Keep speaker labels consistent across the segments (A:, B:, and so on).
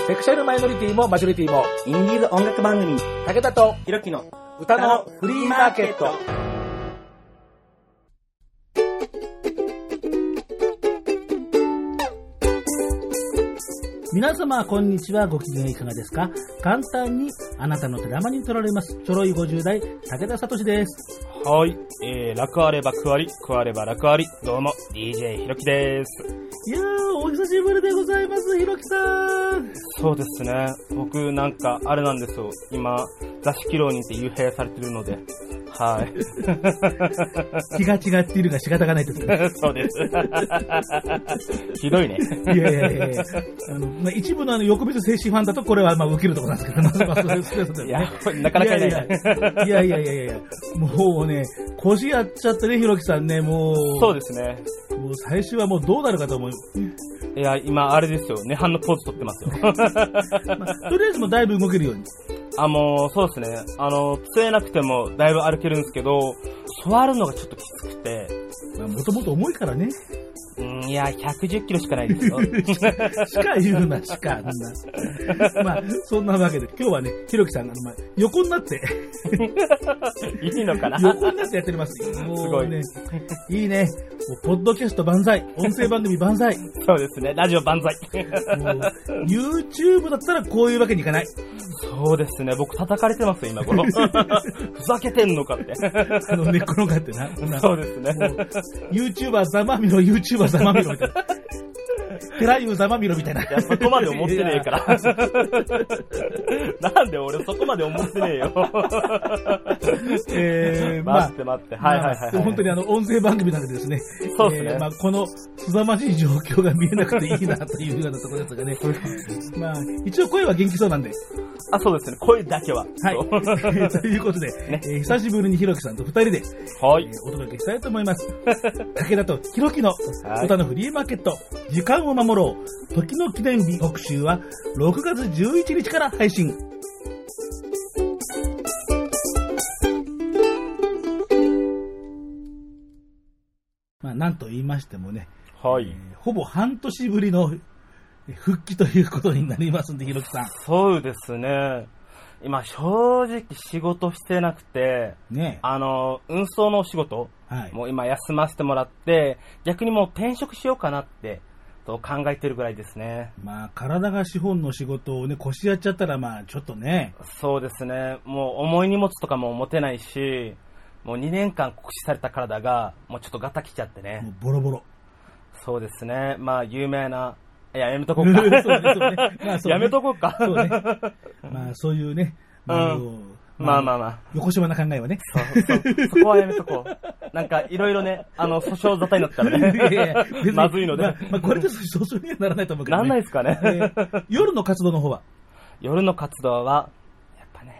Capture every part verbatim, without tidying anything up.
A: セクシャルマイノリティもマジョリティも
B: インディーズ音楽番組
A: 武田と
B: ひろきの
A: 歌のフリーマーケット。
C: 皆様こんにちは。ご機嫌いかがですか？簡単にあなたの手玉に取られますちょろいごじゅう代武田聡です。
B: はい、えー、楽あれば食あり、食あれば楽あり。どうも ディージェー ひろきです。
C: いやー、お久しぶりでございます、ひろきさん。
B: そうですね、僕なんかあれなんですよ、今座敷浪人って幽閉されてるので、はい
C: 気が違っているが仕方がないですね
B: そうですひどいね。
C: いやいやいやいや、あの、まあ、一部のあの横溝静止ファンだとこれはまあ受けるところなんですけど、まあ、そうですね。
B: いや、なかなかいない
C: いやいやいやいやいや、もうね、腰やっちゃってね、ひろきさんね、もう。
B: そうですね。
C: もう最終はもうどうなるかと思う。
B: いや、今あれですよ、涅槃のポーズ取ってますよ、
C: まあ、とりあえずもうだいぶ動けるように。
B: あ、もうそうですね、あの杖なくてもだいぶ歩けるんですけど、座るのがちょっときつくて、
C: もともと重いからね。
B: うん、いや、ひゃくじゅっキロしかないですよ。
C: しか言うな、しか。まあ、そんなわけで、今日はね、ひろきさんが、まあ、横になって。
B: いいのかな？
C: 横になってやっております。もうね、すごい。いいね。もうポッドキャスト万歳。音声番組万歳。
B: そうですね、ラジオ万歳。
C: もう YouTube だったらこういうわけにいかない。
B: そうですね、僕叩かれてますよ、今頃。ふざけてんのかって。
C: あの、寝っ転がってな。
B: そうですね。
C: YouTuber ざまみろ、YouTuber ざまみろみたいな。テラユーざまみろみたいな。い
B: や、そこまで思ってねえから。なんで俺そこまで思ってねえよ。
C: えー、
B: 待って待って。はいはいはい、はい。
C: 本当にあの、音声番組なんでですね。
B: そうですね。
C: えー、まあ、この凄まじい状況が見えなくていいなというようなところですがね。まあ、一応声は元気そうなんで。
B: あ、そうですね。声だけは。
C: はい。ということで、ねえー、久しぶりにひろきさんと二人で、
B: はい、
C: えー、お届けしたいと思います。武田とひろきの歌のフリーマーケット、時間を守ろう。時の記念日特集はろくがつじゅういちにちから配信。まあ、なんと言いましてもね、
B: はい、
C: えー、ほぼ半年ぶりの復帰ということになりますんで、ひろきさん。
B: そうですね。今正直仕事してなくて、ね、あの運送のお仕事、はい、もう今休ませてもらって、逆にもう転職しようかなってと考えてるぐらいですね。
C: まあ体が資本の仕事をね、腰やっちゃったらまあちょっとね。
B: そうですね。もう重い荷物とかも持てないし、もうにねんかん酷使された体がもうちょっとガタきちゃってね。
C: もうボロボロ。
B: そうですね。まあ有名な。いや、やめとこうか。そうねそうねまあそうね、やめとこうか。
C: そうね。まあ、そういうね。
B: まあ、うん、まあまあまあ。
C: 横島な考えはね。
B: そうそう。そこはやめとこう。なんか、いろいろね、あの、訴訟沙汰になったらね。いやいやまずいので。
C: まあ、まあ、これで訴訟にはならないと思うけど、ね。
B: なんないですかね、え
C: ー。夜の活動の方は
B: 夜の活動は、やっぱね。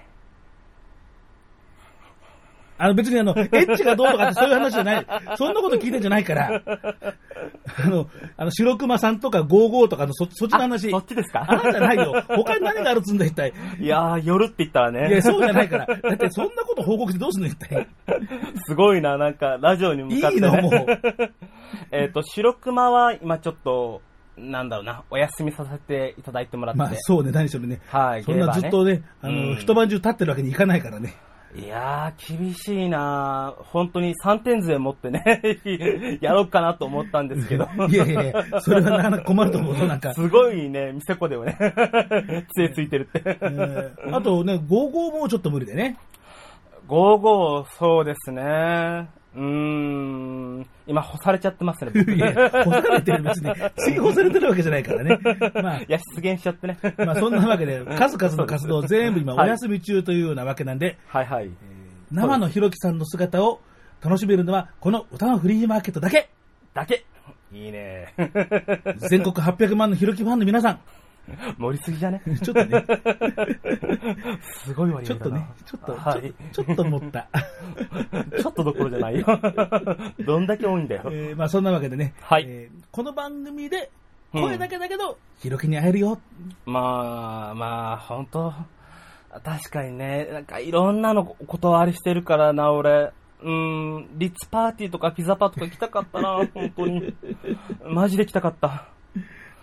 C: あの別にあの、エッチがどうとかってそういう話じゃない。そんなこと聞いてんじゃないから。あの、あの、白熊さんとかゴーゴーとかのそ、そっちの話。
B: そっちですか？
C: あなたじゃないよ。他に何があるっつんだ一体。
B: いやー、夜って言ったらね。
C: いや、そうじゃないから。だってそんなこと報告してどうすんの一体。
B: すごいな、なんか、ラジオに向かって、ね。
C: いいのもう。
B: えっと、白熊は今ちょっと、なんだろうな、お休みさせていただいてもらって。
C: まあそうね、何しろね。
B: はい。
C: そんなずっとね、あの、うん、一晩中立ってるわけにいかないからね。
B: いやー、厳しいなー。本当にさんてん杖持ってね、やろうかなと思ったんですけど。
C: いやいやいや、それはなかなか困ると思うと、なんか。
B: すごいね、店子でもね、杖ついてるって。
C: えー、あとね、ゴーゴーもちょっと無理でね。
B: ゴーゴー、そうですね。うーん、今干されちゃってますね。
C: いや干されてる別に追放されてるわけじゃないからね。まあ、
B: いや出現しちゃってね。
C: まあそんなわけで数々の活動全部今お休み中というようなわけなんで、
B: はいはい。
C: えー、生のひろきさんの姿を楽しめるのはこの歌のフリーマーケットだけ。
B: だけ。いいね。
C: 全国はっぴゃくまんのひろきファンの皆さん。
B: 盛りすぎじゃね？
C: ちょっとね。
B: すごい割合だな。
C: ちょっとね、ちょっと、
B: はい、
C: ちょっと持った。
B: ちょっとどころじゃないよ。どんだけ多いんだよ。
C: えー、まあそんなわけでね、
B: はい、
C: えー、この番組で声だけだけど、ひろきに会えるよ。
B: まあまあ、本当確かにね、なんかいろんなの断りしてるからな、俺。うーん、リッツパーティーとかピザパとか行きたかったな、本当に。マジで行きたかった。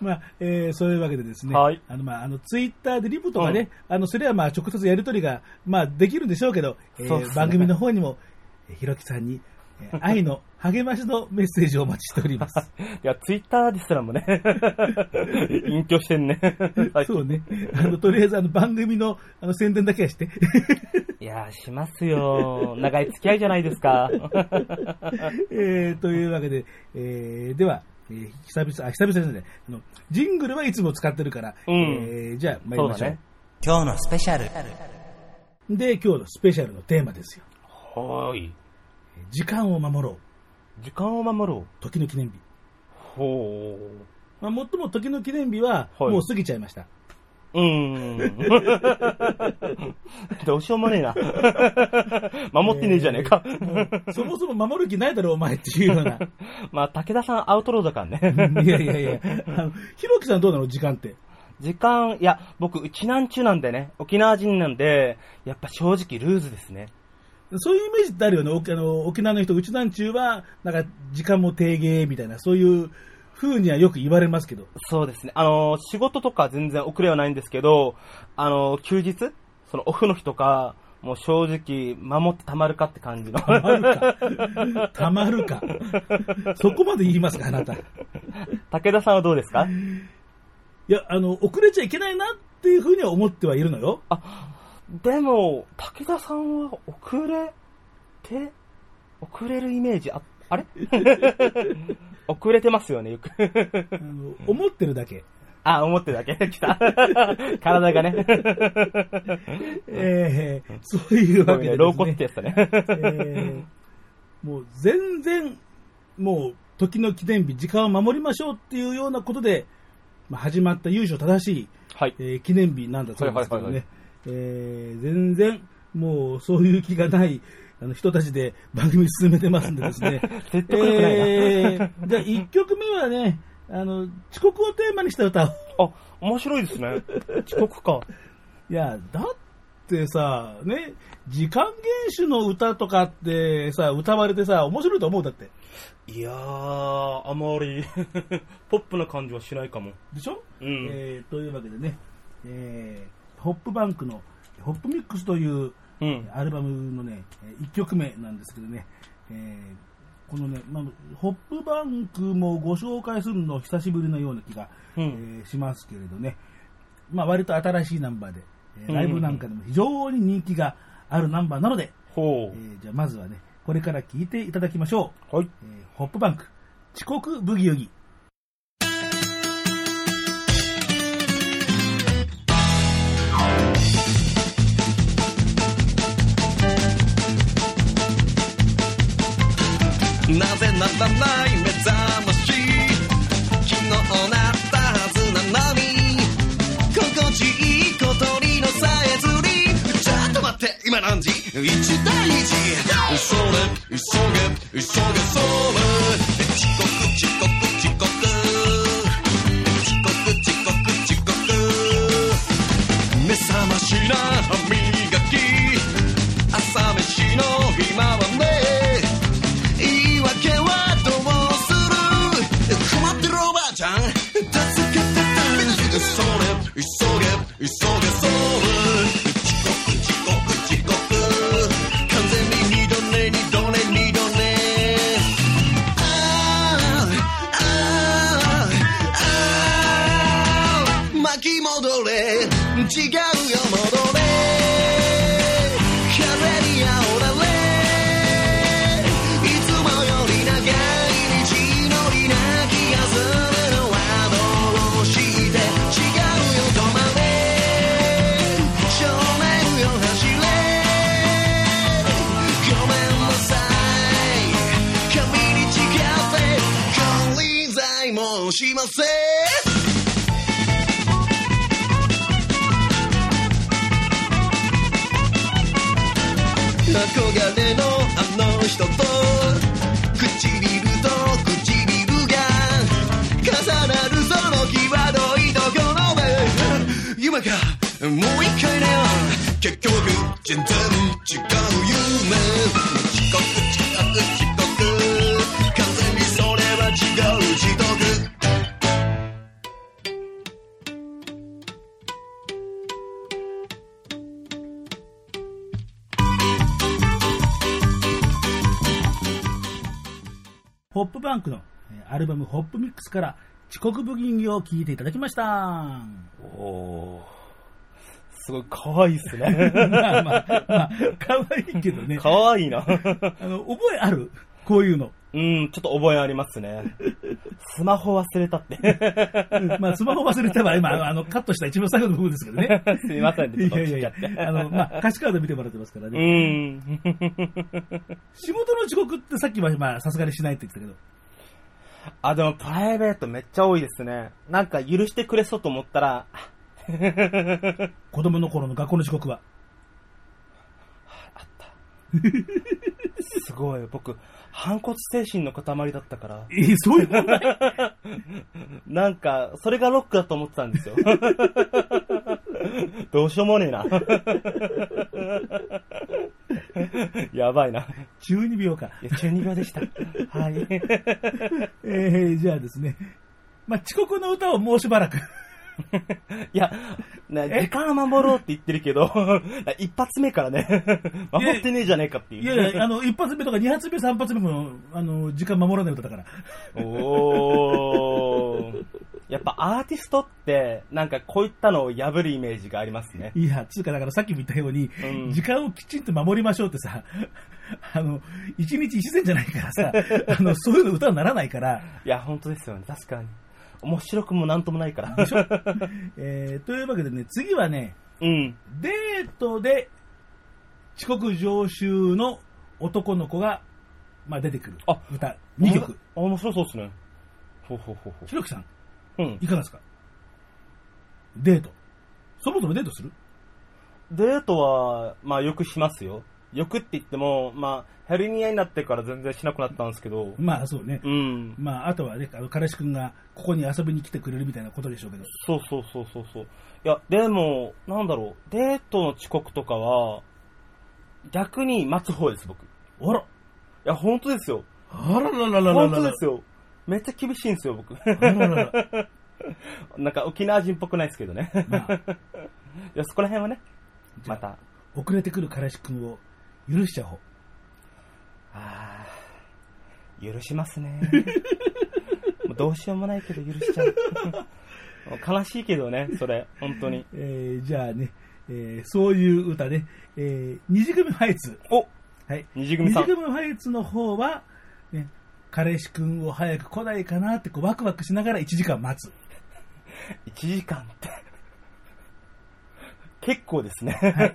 C: まあ、えー、そういうわけでですね、
B: はい、
C: あの、まあ、あの、ツイッターでリプとかね、うん、あの、それはまあ、直接やり取りが、まあ、できるんでしょうけど、えーね、番組の方にも、ひろきさんに、愛の励ましのメッセージをお待ちしております。
B: いや、ツイッターですらもね、隠居してんね。
C: そうね。あの、とりあえず、あの、番組の、あの、宣伝だけはして。
B: いや、しますよ。長い付き合いじゃないですか。
C: えー、というわけで、えー、では、えー、久々、あ、久々ですね。あの、ジングルはいつも使ってるから、うん、えー、じゃあ、参りましょう。
B: ね、
A: 今日のスペシャル。
C: で、今日のスペシャルのテーマですよ。
B: はーい。
C: 時間を守ろう。
B: 時間を守ろう。
C: 時の記念日。
B: ほう。
C: まあ、もっとも時の記念日は、もう過ぎちゃいました。はい、
B: うーん。どうしようもねえな。守ってねえじゃねえか。え
C: ー、そもそも守る気ないだろ、お前っていうような。
B: まあ、武田さんアウトローだからね。
C: いやいやいや。あの、ひろきさんどうなの時間って。
B: 時間、いや、僕、うちなんちゅうなんでね、沖縄人なんで、やっぱ正直ルーズですね。
C: そういうイメージってあるよね。あの沖縄の人、うちなんちゅうは、なんか時間も低減みたいな、そういう風にはよく言われますけど。
B: そうですね。あの、仕事とか全然遅れはないんですけど、あの、休日そのオフの日とか、もう正直、守ってたまるかって感じの。
C: たまるか。たまるか。そこまで言いますか、あなた。
B: 武田さんはどうですか？
C: いや、あの、遅れちゃいけないなっていう風には思ってはいるのよ。
B: あ、でも、武田さんは遅れて、遅れるイメージあ、あれ遅れてますよね、よく。あ
C: の思ってるだけ。
B: あ、思ってるだけ。来た。体がね。
C: えー、そういうわけでですね。
B: ローコってやつだね。え
C: ー、もう全然、もう時の記念日、時間を守りましょうっていうようなことで、まあ、始まった由緒正しい、はいえー、記念日なんだそうですけどね。はいはいはいはい、えー、全然もうそういう気がないあの人たちで番組進めてますんでですね。
B: 説得力ないな。
C: えー、じゃあいっきょくめはね、あの遅刻をテーマにした歌を。
B: あ、面白いですね。遅刻か。
C: いやだってさね、時間厳守の歌とかってさ歌われてさ面白いと思うだって。
B: いやー、あまりポップな感じはしないかも。
C: でしょ？
B: うん。
C: えー、というわけでね、えー、ホップバンクのホップミックスという、うん、アルバムのねいっきょくめなんですけどね、えー、このね、まあ、ホップバンクもご紹介するの久しぶりのような気が、うんえー、しますけれどね、まあ、割と新しいナンバーで、えー、ライブなんかでも非常に人気があるナンバーなので、
B: うん
C: えー、じゃあまずはねこれから聴いていただきましょ
B: う。はい。
C: えー、ホップバンク遅刻ブギウギ。
D: なぜならない目覚まし、昨日なったはずなのに、心地いい小鳥のさえずり。ちょっと待って、今何時？一対一。それ急げ急げそれ、遅刻遅刻遅刻遅刻遅刻遅刻、目覚ましな歯磨き、朝飯の今はね、言い訳はどうする、困ってるおばあちゃん助けて、それ急げ急げそれ、遅刻遅刻遅刻、完全に二度寝二度寝二度寝、あーあーあー巻き戻れ、違うよ戻れ、風に煽られ、いつもより長い道のりな気がするのはどうして、違うよ止まれ、正面よ走れ、ごめんなさい、髪に違って金輪際もしません。憧れのあの人と唇と唇が重なるその際どいところで、夢かもう一回ね、結局全然違う夢、遅刻遅刻遅刻、完全にそれは違う自得。
C: ホップバンクのアルバムホップミックスから遅刻ブギンギを聴いていただきました。
B: おー、すごい可愛いっすね。
C: まあまあ、まあ、可愛いけどね。
B: 可愛いな。
C: あの、覚えある？こういうの。
B: うん、ちょっと覚えありますね。スマホ忘れたって。
C: まあ、スマホ忘れた場合、今、あの、カットした一番最後の部分ですけどね。
B: すみませんね。
C: いやいやいや、あの、まあ、歌詞カード見てもらってますからね。
B: うん。
C: 仕事の遅刻ってさっきは、まあ、さすがにしないって言ってたけど。
B: あ、でも、プライベートめっちゃ多いですね。なんか、許してくれそうと思ったら、
C: 子供の頃の学校の遅刻は
B: あった。すごい、僕、反骨精神の塊だったから。
C: えー、そういう問題
B: なんか、それがロックだと思ってたんですよ。どうしようもねえな。やばいな。
C: 中二病か。
B: いや、中二病でした。はい。
C: えー、じゃあですね。まあ、遅刻の歌をもうしばらく。
B: いや、ね、時間を守ろうって言ってるけど、一発目からね、守ってねえじゃねえかっていう。
C: いやいや、あの、一発目とか二発目、三発目も、あの、時間守らない歌だから。
B: おー。やっぱアーティストって、なんかこういったのを破るイメージがありますね。
C: いや、つうかだからさっきも言ったように、うん、時間をきちんと守りましょうってさ、あの、一日一善じゃないからさ、あの、そういうの歌にならないから。
B: いや、本当ですよね、確かに。面白くもなんともないから。
C: でしょえー、というわけでね、次はね、
B: うん、
C: デートで遅刻常習の男の子が、まあ、出てくる歌にきょく。
B: あ、面白そうですね。ほうほうほうほう。
C: ひろきさん、
B: うん、
C: いかがですか？デート。そもそもデートする？
B: デートは、まあよくしますよ。よくって言っても、まあ、ヘルニアになってから全然しなくなったんですけど。
C: まあそうね。
B: うん。
C: まああとはね、あの彼氏くんがここに遊びに来てくれるみたいなことでしょうけど。
B: そうそうそうそうそう。いや、でも、なんだろう、デートの遅刻とかは、逆に待つ方です、僕。
C: あら。い
B: や、本当ですよ。
C: あらららららら。
B: 本当ですよ。めっちゃ厳しいんですよ、僕。あらららら。なんか沖縄人っぽくないですけどね。まあ、いや、そこら辺はね、また。
C: 遅れてくる彼氏くんを許しちゃおう。
B: ああ、許しますね。もうどうしようもないけど許しちゃう。悲しいけどね、それ、本当に。
C: えー、じゃあね、えー、そういう歌ね、えー、二次組ファイツ。
B: お、
C: はい。
B: 二次組さん。
C: 二次組ファイツの方は、ね、彼氏くんを早く来ないかなってこうワクワクしながらいちじかん待つ。
B: いちじかんって結構ですね。
C: はい、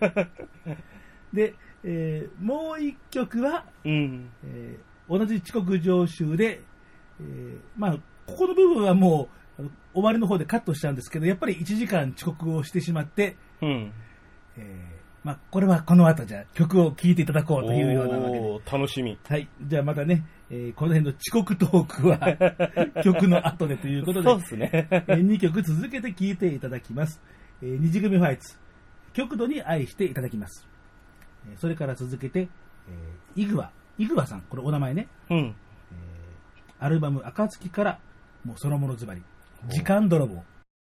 C: で、えー、もう一曲は、
B: うん
C: えー、同じ遅刻常習で、えー、まあここの部分はもう終わりの方でカットしちゃうんですけど、やっぱりいちじかん遅刻をしてしまって、
B: うん
C: えーまあ、これはこの後じゃあ曲を聴いていただこうというようなわけで。
B: おー、楽しみ。
C: はい。じゃあまたね、えー、この辺の遅刻トークは曲の後でということで、
B: そうですね。
C: えー、にきょく続けて聴いていただきます。えー、二次組ファイツ、極度に愛していただきます。えー、それから続けて、えー、イグワ、イグワさん、これお名前ね。
B: うん。え
C: ー、アルバム暁からもうそのものズバリ、時間泥棒。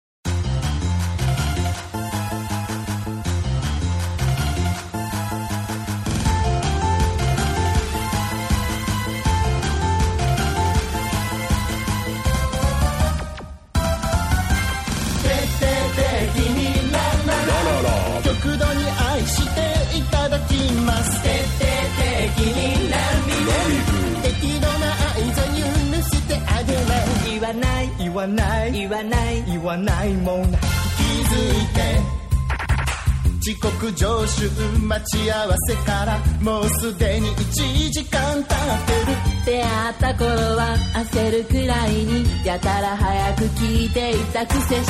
D: 言わない言わない言わないもん気づいて遅刻常習待ち合わせからもうすでにいちじかん経ってる。
E: 出会った頃は焦るくらいにやたら早く聞いていた癖して、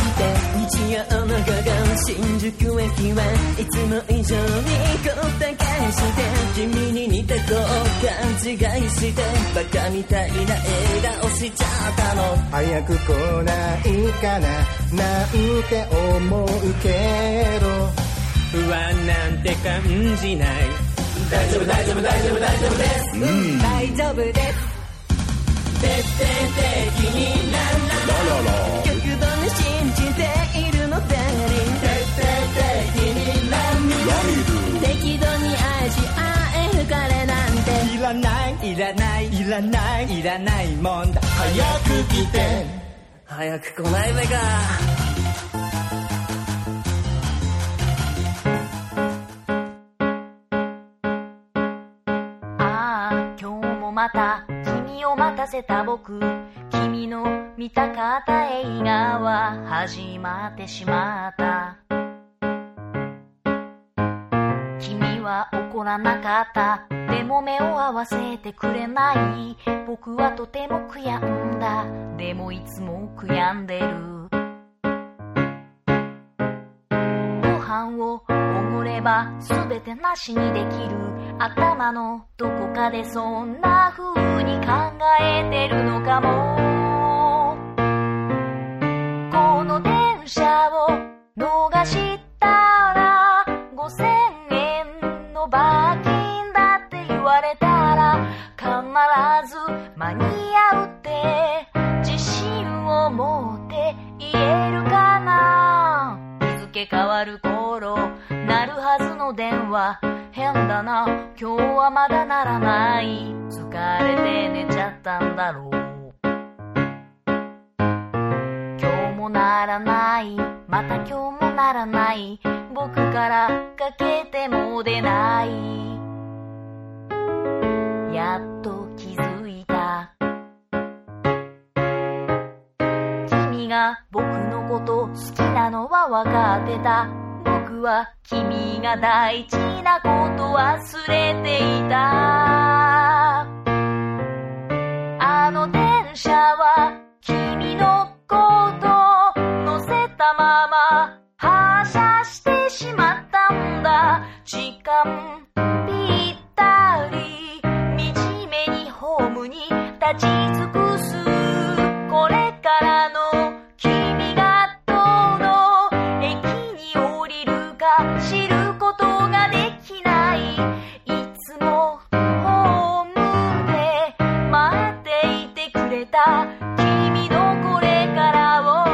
D: 日曜の午後新宿駅はいつも以上にごった返して、君に似てこう勘違いしてバカみたいな笑顔しちゃったの。早く来ないかななんて思うけど不安なんて感じない。大丈夫大丈夫大丈夫大丈夫です、
E: うん、大丈夫です。
D: 徹底的になんなん極度に信じているので徹底的になんに適度に愛し合える彼なんていらないいらないいらないい
E: いらないもんだ。早く来て早く来ないべか。ああ今日もまた君を待たせた僕、君の見たかった映画は始まってしまった。君は怒らなかった。でも目を合わせてくれない。僕はとても悔やんだ。でもいつも悔やんでる。ご飯をおごれば全てなしにできる。頭のどこかでそんな風に考えてるのかも。この電車を逃したらごせんえんの罰金だって言われたら必ず間に合うって自信を持って言えるかな。日付変わる頃鳴るはずの電話、変だな今日はまだ鳴らない。疲れて寝ちゃったんだろう。今日も鳴らない、また今日も鳴らない。僕からかけても出ない。やっと気づいた。君が僕のこと好きなのは分かってた。僕は君が大事なこと忘れていた。あの電車は君のこと乗せたまま発車してしまったんだ。時間ぴったり惨めにホームに立ち尽くす。これからの君がどの駅に降りるか知ることができない。いつもホームで待っていてくれた君のこれからを。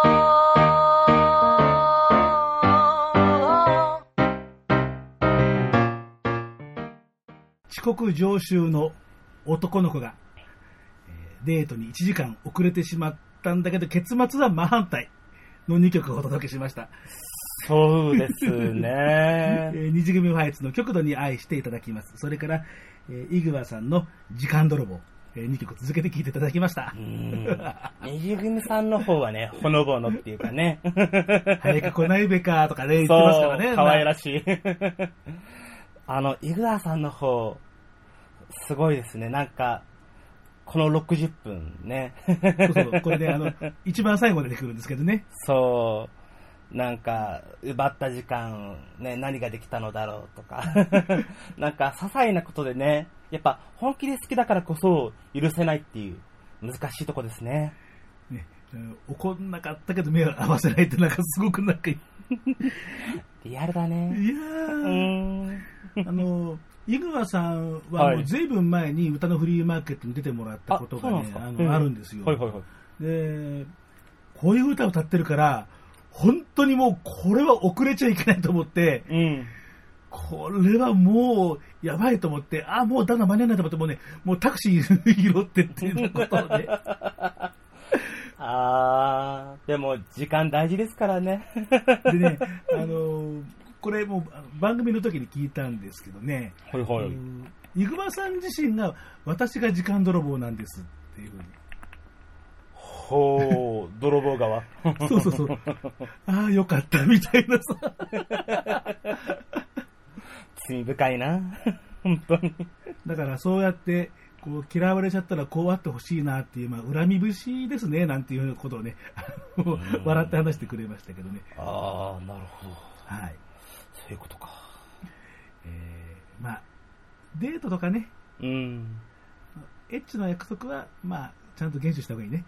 C: 遅刻常習の男の子が、えー、デートにいちじかん遅れてしまったんだけど結末は真反対のにきょくをお届けしました。
B: そうですね、
C: えー、二次組ファイツの極度に愛していただきます。それから、えー、イグワさんの時間泥棒、えー、にきょく続けて聴いていただきました。
B: 二次組さんの方はねほのぼのっていうかね
C: 早く来ないべかとかね言ってますからね。
B: そう可愛らしいあのイグワさんの方すごいですね。なんかこのろくじゅっぷんね
C: そうそうこれで、ね、あの一番最後出てくるんですけどね。
B: そうなんか奪った時間、ね、何ができたのだろうとかなんか些細なことでねやっぱ本気で好きだからこそ許せないっていう難しいとこですね。
C: ね、怒んなかったけど目を合わせないってなんかすごくなんか
B: リアルだね。
C: いやーあのイグワさんはもうずいぶん前に歌のフリーマーケットに出てもらったことが、ね、あ, あの、うん、あるんですよ、
B: はいはいはい、
C: でこういう歌を歌ってるから本当にもうこれは遅れちゃいけないと思って、うん、これはもうやばいと思ってあもうだんだん間に合わないと思ってもうねもうタクシー拾ってっていうことをね
B: あーでも時間大事ですからね
C: でねあのーこれも番組の時に聞いたんですけどね、
B: はいはい、
C: イグマさん自身が私が時間泥棒なんですっていうふうに。
B: ほう泥棒側
C: そうそうそうああよかったみたいなさ
B: 罪深いな本当に。
C: だからそうやってこう嫌われちゃったらこうあってほしいなっていう、まあ、恨み節ですねなんていうことをね笑って話してくれましたけどね。
B: ああなるほど。
C: はい
B: そういうことか。
C: えー、まあデートとかね、
B: うん、
C: エッチの約束はまあちゃんと厳守した方がいいね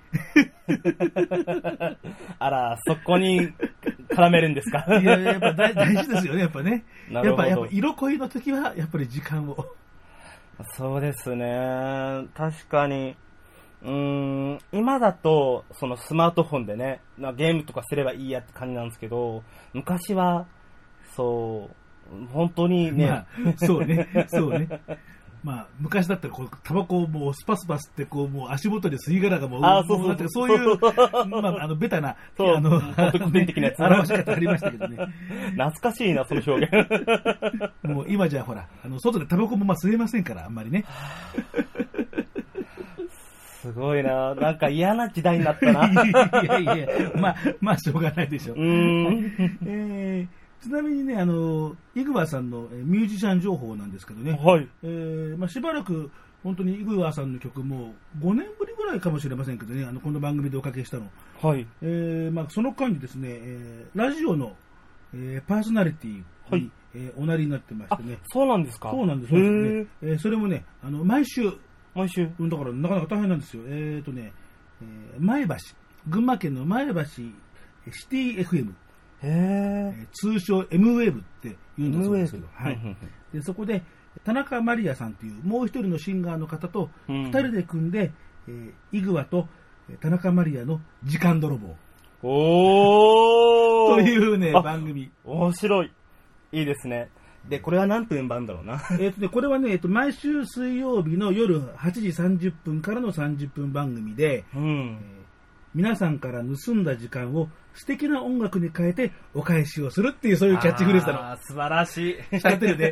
B: あらそこに絡めるんですか
C: いややっぱ 大, 大事ですよねやっぱねやっぱやっぱ色恋の時はやっぱり時間を
B: そうですね確かにうーん今だとそのスマートフォンでねゲームとかすればいいやって感じなんですけど昔はそう本当にね、ま
C: あ、そうねそうねまあ、昔だったらこうタバコをもうスパスパ吸ってこうもう足元で吸い殻がもうあそうそうそうそういうまああのベタなあの
B: 古典的なやつ
C: 表し方ありましたけどね。
B: 懐かしいなその表現。
C: もう今じゃほらあの外でタバコもまあ吸えませんからあんまりね。
B: すごいな、なんか嫌な時代になったな。
C: いやいやまあまあしょうがないでしょう。うーん、えーちなみにね、あの、イグワさんのミュージシャン情報なんですけどね、
B: はい。
C: えー、まあ、しばらく、本当にイグワさんの曲もごねんぶりぐらいかもしれませんけどね、あの、この番組でおかけしたの。
B: はい。
C: えー、まあ、その間にですね、えー、ラジオの、えー、パーソナリティに、はい、えー、おなりになってましてね。
B: そうなんですか？
C: そうなんです。そうですね。えー、それもね、あの、毎週。
B: 毎週
C: だから、なかなか大変なんですよ。えーとね、えー、前橋、群馬県の前橋シティ エフエム。
B: へ
C: 通称 エムウェーブって言うんだそうですけど、はい、でそこで田中マリアさんというもう一人のシンガーの方と二人で組んで、うん、えー、イグワと田中マリアの時間泥棒
B: お
C: というね番組。
B: 面白い、いいですね。でこれは何分番だろうな。
C: えっとねこれはね、えっと、毎週水曜日の夜はちじさんじゅっぷんからのさんじゅっぷん番組で、うん、えー皆さんから盗んだ時間を素敵な音楽に変えてお返しをするっていうそういうキャッチフレーズだろ。
B: あー素晴らしい。
C: しちゃってるね。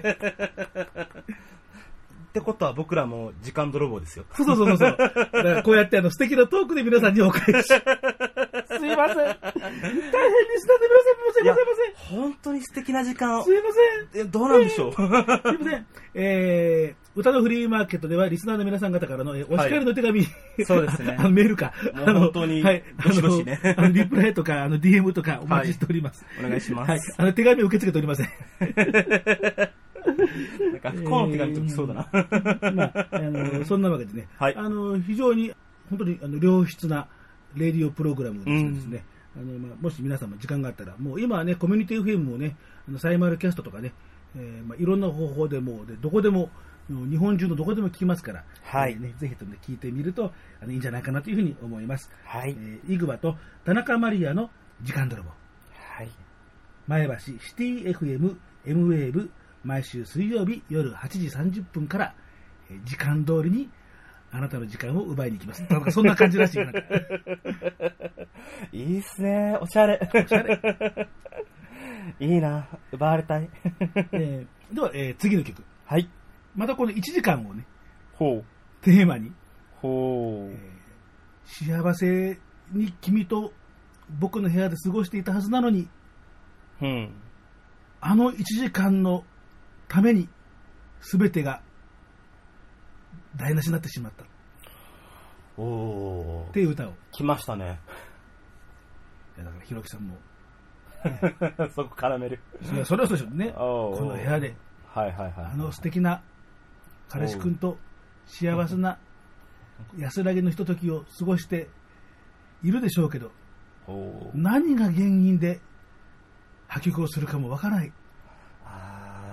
B: ってことは僕らも時間泥棒ですよ。
C: そうそうそうそう。だからこうやってあの素敵なトークで皆さんにお返し。すいません。大変にしたんで皆さんもすいませんませ
B: ん。本当に素敵な時間を。
C: すいません。
B: えどうなんでしょう。え
C: ー、すいません。えー、歌のフリーマーケットではリスナーの皆さん方からのえお叱りの手紙、はい、
B: そうですね。
C: あのメールか、
B: あの本当に、はい、どしどしね、
C: あのリプライとかあの ディーエム とかお待ちしております。
B: はい、お願いします。はい、
C: あの手紙を受け付けておりません。
B: なんか不幸の手紙ときそうだな。えー、
C: まあ、あのそんなわけでね、
B: はい、
C: あの非常に本当にあの良質なレディオプログラムですね。あのまあ、もし皆さんも時間があったら、もう今はねコミュニティ エフエム もね、あのサイマルキャストとかね、えーまあ、いろんな方法でもうでどこでも日本中のどこでも聞きますから、
B: はい
C: えーね、ぜひとも、ね、聞いてみるとあのいいんじゃないかなというふうに思います。
B: はい、
C: えー、イグワと田中マリアの時間泥棒。
B: はい、
C: 前橋シティ エフエム エムウェーブ毎週水曜日夜はちじさんじゅっぷんから、えー、時間通りにあなたの時間を奪いに行きます。なんかそんな感じらしい。なんか
B: いいっすね、おしゃれ。
C: おしゃれ。
B: いいな、奪われたい。
C: えー、では、えー、次の曲。
B: はい。
C: またこのいちじかんをね、
B: ほう。
C: テーマに、
B: ほう、
C: えー。幸せに君と僕の部屋で過ごしていたはずなのに、
B: うん、
C: あのいちじかんのために全てが台無しになってしまった。
B: おー。
C: っていう歌を。
B: 来ましたね。
C: いやだからひろきさんも
B: そこ絡める。
C: いやそれはそうでしょうね。この部屋で、
B: はいはいはい、
C: あの素敵な彼氏君と幸せな安らぎのひとときを過ごしているでしょうけど、何が原因で破局をするかもわからない。
B: あ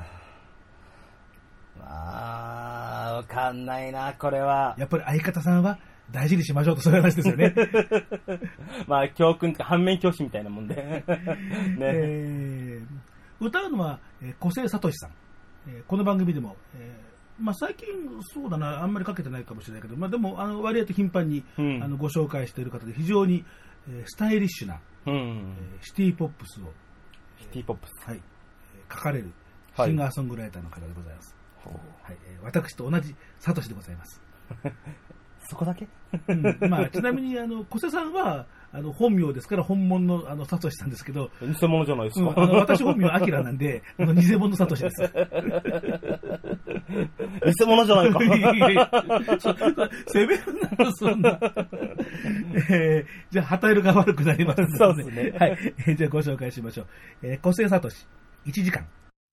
B: あ、わかんないな、これは。
C: やっぱり相方さんは大事にしましょうと、そういう話ですよね。
B: まあ、教訓とか反面教師みたいなもんで。ね、
C: えー、歌うのは、えー、小瀬聡さん。えー、この番組でも、えーまあ、最近、そうだな、あんまりかけてないかもしれないけど、まあ、でもあの割合と頻繁に、うん、あのご紹介している方で、非常に、えー、スタイリッシュな、
B: うん
C: えー、シティポップスを、
B: シティポップス、
C: はい、書かれるシンガーソングライターの方でございます。はいはいえー、私と同じサトシでございます。
B: そこだけ、
C: うんまあ、ちなみにあの小瀬さんはあの本名ですから本物のあのサトシさんですけど、
B: 偽物じゃないですか。
C: うん、あの私本名アキラなんであの偽物のサトシです。
B: 偽物じゃないか。
C: 攻めるなのそんな。えー、じゃあ旗色が悪くなりますので、
B: そうですね。
C: はい、えー、じゃあご紹介しましょう。えー、小瀬サトシいちじかん。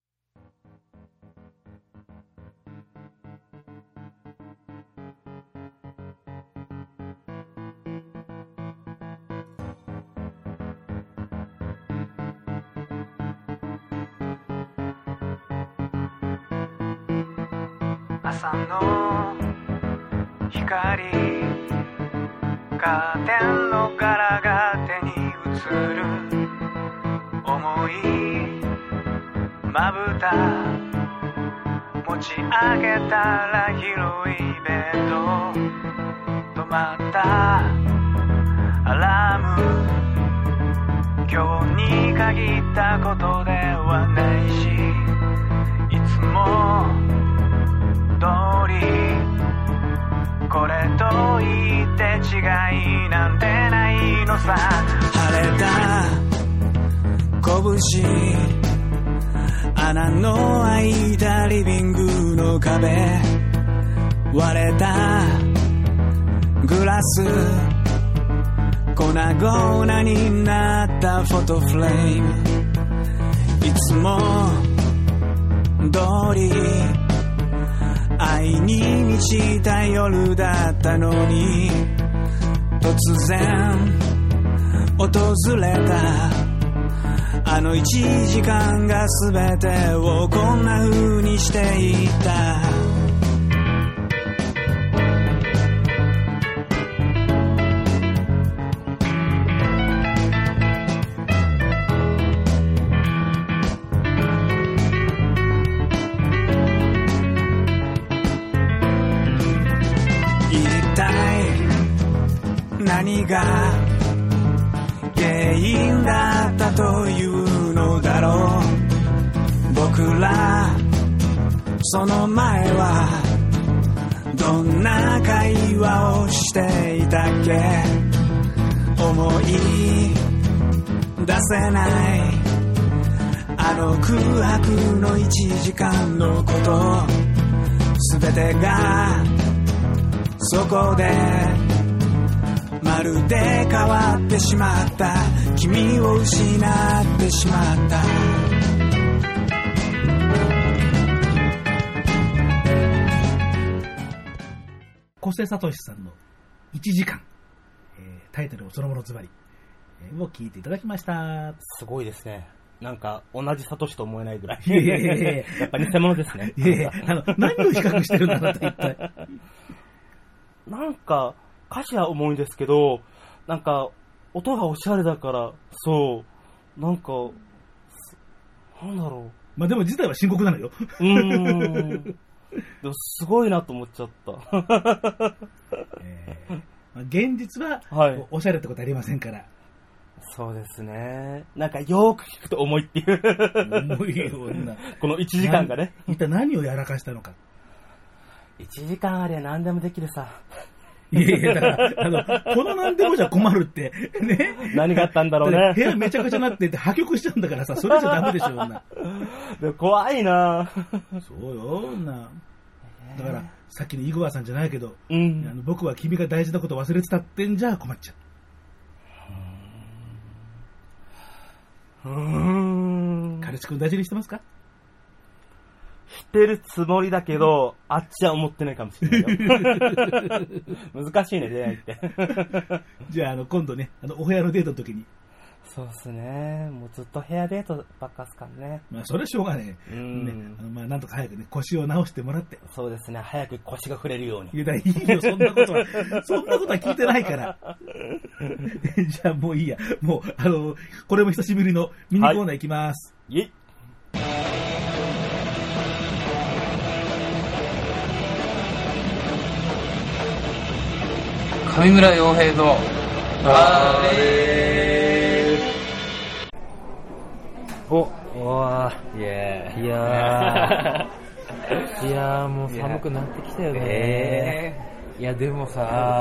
F: 朝の光、カーテンの柄が手に映る、思いまぶた持ち上げたら広いベッド止まったアラーム今日に限ったことではないしいつも通りこれといって違いなんてないのさ
D: 晴れた拳穴の開いたリビングの壁割れたグラス粉々になったフォトフレームいつも通り愛に満ちた夜だったのに突然訪れたあの一時間が全てをこんな風にしていた一体何が原因だったというのだろう僕らその前はどんな会話をしていたっけ思い出せないあの空白のいちじかんのこと全てがそこでまるで変わってしまった君を失ってしまった
C: 小瀬聡さんのいちじかん、えー、タイトルをそのものズバリ、えー、を聞いていただきました。
B: すごいですね。なんか同じサトシと思えないぐらい。
C: いやいやいやいや
B: やっぱ偽物ですね。
C: いやいやあの何を比較してるんだろうと一体。
B: なんか歌詞は重いんですけど、なんか音がおしゃれだからそうなんかなんだろう。
C: まあでも自体は深刻なのよ。
B: うーん。でもすごいなと思っちゃった。
C: えーまあ、現実は、はい、おしゃれってことありませんから。
B: そうですね。なんかよーく聞くと重いっていう。
C: 重いような。
B: このいちじかんがね。
C: 一体何をやらかしたのか。
B: いちじかんありゃ何でもできるさ。
C: いやいや、だから、あの、この何でもじゃ困るって、ね。
B: 何があったんだろうね。
C: 部屋めちゃくちゃなってて破局しちゃうんだからさ、それじゃダメでしょ、女。
B: で怖いな
C: そうよ、女。だから、さっきのイグワさんじゃないけど、
B: うん、
C: あの僕は君が大事なこと忘れてたってんじゃ困っちゃう。うーん。彼氏君大事にしてますか？
B: してるつもりだけど、あっちは思ってないかもしれないよ。難しいね、出会いって。
C: じゃあ、あの、今度ね、あの、お部屋のデートの時に。
B: そうですね。もうずっと部屋デートばっかっすからね。
C: まあ、それはしょうがねえ。うん。ね、あのまあ、なんとか早くね、腰を直してもらって。
B: そうですね。早く腰が触れるように。
C: いや、いいよ、そんなことは。そんなことは聞いてないから。じゃあ、もういいや。もう、あの、これも久しぶりのミニコーナーいきます。
B: はい、イェイ。
G: 上村洋平のあれ
H: お、おわー、イエーイ。いやー、いやーもう寒くなってきたよね。えー、いやでもさ、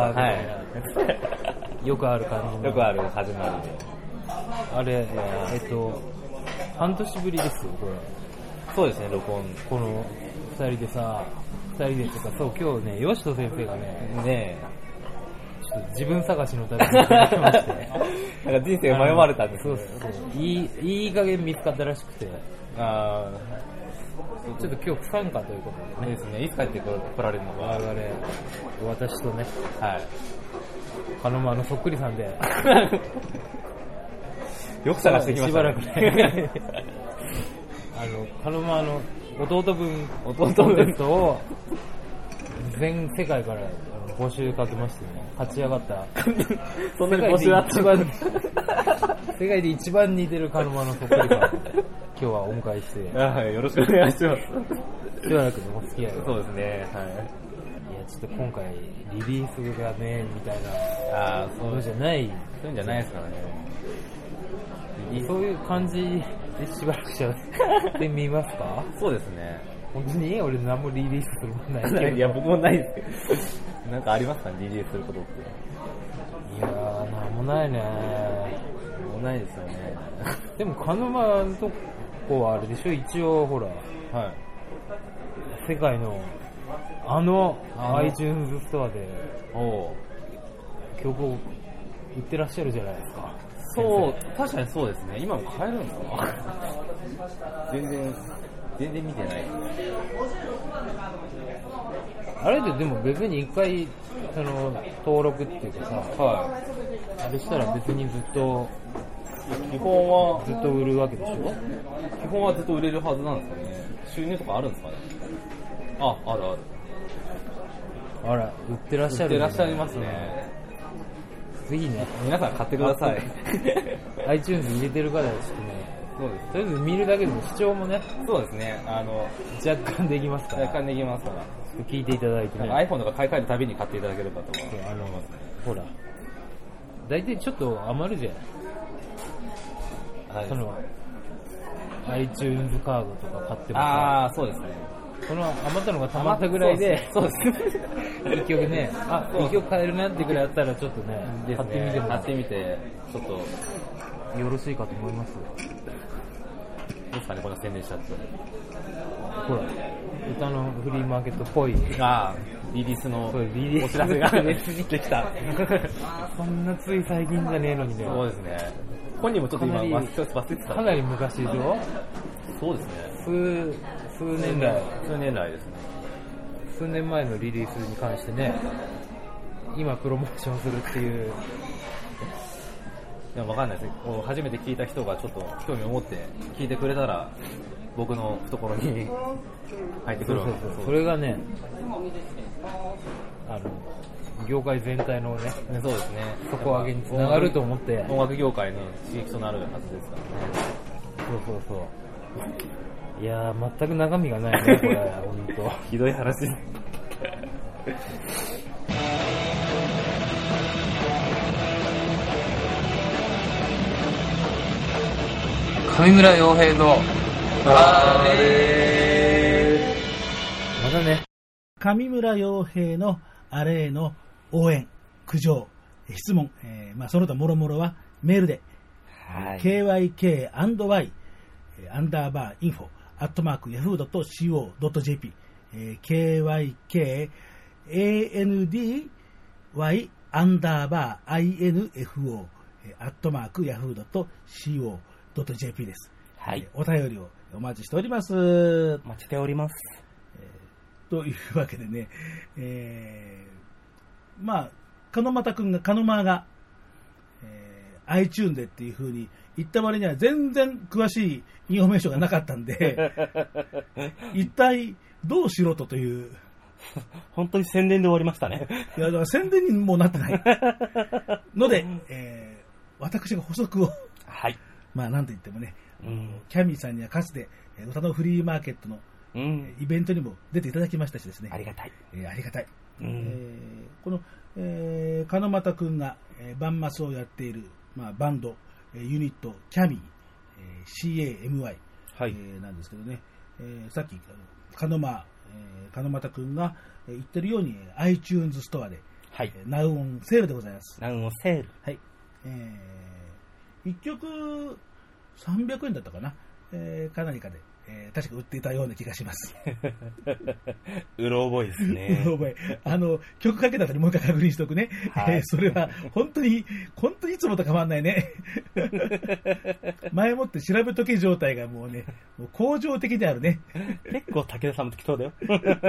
H: はい、よくある感じの。
G: よくある始まりで。
H: あれ、えっと、半年ぶりですよ、これ。
G: そうですね、録音。
H: この二人でさ、二人でっていうか、そう、今日ね、吉野先生がね、
G: ね
H: 自分探しの旅に行ってきまして
G: なんか人生迷われたんです
H: ね。そうそうそう、いい、いい加減見つかったらしくて、
G: あ
H: ちょっと今日不参加ということでね。
G: ですね、いつ帰ってこられるのか。
H: 我々、私とね、
G: はい、
H: カノマのそっくりさんで
G: よく探してきましたね。
H: しばらくねあのカノマの弟分
G: 弟分
H: を全世界から募集かけましてね、勝ち上がった
G: そんなに募集あった
H: 世界で一番似てるカノマのそっくりさん今日はお迎えして。
B: はい、よろしくお願いします。
H: しばらくのお付き合いを。
B: そうですね、はい。
H: いや、ちょっと今回、リリースがね、みたいな、あそうじゃない。
B: そういうんじゃないですからね。
H: そういう感じでしばらくしゃってみますか？
B: そうですね。
H: 本当に俺何もリリースするもんないけど。
B: いや、僕もないですけど。なんかありますかね、リリースすることって。
H: いやー、なんもないね。
B: もうないですよね。
H: でも、鹿沼のとこはあれでしょ、一応、ほら、
B: はい。
H: 世界の、あの iTunes ストアで、曲を売ってらっしゃるじゃないですか。
B: そう、確かにそうですね。今も買えるんですか？全然、全然見てない。
H: あれででも別に一回、その、登録っていうかさ、
B: はい。
H: あれしたら別にずっと、
B: 基本は、
H: ずっと売るわけでしょ？
B: 基本はずっと売れるはずなんですかね。収入とかあるんですかね？あ、あるある。
H: あら、売ってらっしゃる、
B: 売ってらっしゃいますね。
H: ぜひね、
B: 皆さん買ってください。
H: iTunes 入れてる方はちょっとね、
B: そうです。
H: とりあえず見るだけでも視聴もね、
B: そうですね。あの、
H: 若干できますから。
B: 若干できますから。
H: 聞いていただいてね。
B: iPhone とか買い替えるたびに買っていただければと思います。
H: あの、ほら、大体ちょっと余るじゃん。はい。その、iTunes カードとか買ってもさ。
B: ああ、そうですね。
H: この余ったのが溜まったぐらいで、
B: そうです。
H: 一曲ね、あ、一曲買えるなってぐらいあったらちょっとね、
B: 買ってみても。買ってみて、ちょっと、
H: よろしいかと思います。
B: どうですかね、この宣伝しちゃって。
H: ほら、歌のフリーマーケットっぽい。
B: ああ、リリースのお知らせができた。
H: そんなつい最近じゃねえのにね。
B: そうですね。本人もちょっと今忘れてた。
H: かなり昔でしょ？
B: そうですね。
H: 数、数年来。
B: 数年来ですね。
H: 数年前のリリースに関してね、今プロモーションするっていう。
B: いや、わかんないです。初めて聞いた人がちょっと興味を持って聞いてくれたら、僕の懐に入ってくるわけです。
H: そうそうそう。それがね、あの、業界全体のね、
B: そうですね。
H: 底上げにつながると思って。
B: 音楽業界の刺激となるはずですから
H: ね。そうそうそう。いやー、全く中身がないね、これ、ほんと。
B: ひどい話です。
G: 上村洋平のあれ
C: またね、上村洋平のあれへの応援、苦情、質問、えー、まあその他もろもろはメールで、はい、ケーワイケーアンドワイ アンダーバーインフォアットマークヤフードットシーオードットジェーピー、えー、ケーワイケーエーエヌディーワイ アンダーバー アイエヌエフオー アットマークヤフードットシーオードットジェーピー です。はい、えー、お便りをお待ちしております。
B: お待ちしております。
C: えー、というわけでね、えー、まあ鹿俣くんが鹿沼が、えー、iTunes でっていう風に言った割には全然詳しいインフォメーションがなかったんで一体どうしろとという
B: 本当に宣伝で終わりましたね。
C: いやだから宣伝にもうなってないので、えー、私が補足を
B: はい、
C: まあなんと言ってもね、
B: うん、
C: キャミーさんにはかつて歌のフリーマーケットの、うん、イベントにも出ていただきましたしですね、
B: ありがたい、
C: えー、ありがたい、
B: うん、
C: えー、この、えー、鹿俣くんが、えー、バンマスをやっている、まあ、バンドユニットキャミー、えー、シーエーエムワイ、はい、えー、なんですけどね、えー、さっき鹿沼、えー、鹿俣くんが言ってるように iTunes ストアで、はい、ナウオンセールでございます。
B: ナウオンセール、
C: はい、えー、いっきょくさんびゃくえんだったかな、えー、かなりかで、えー、確か売っていたような気がします。
B: うろ覚えですね。
C: うろ覚え。あの、曲かけた後にもう一回確認しておくね。はい、えー、それは、本当に、本当にいつもと変わんないね。前もって調べとけ状態がもうね、もう向上的であるね。
B: 結構武田さんも適当だよ。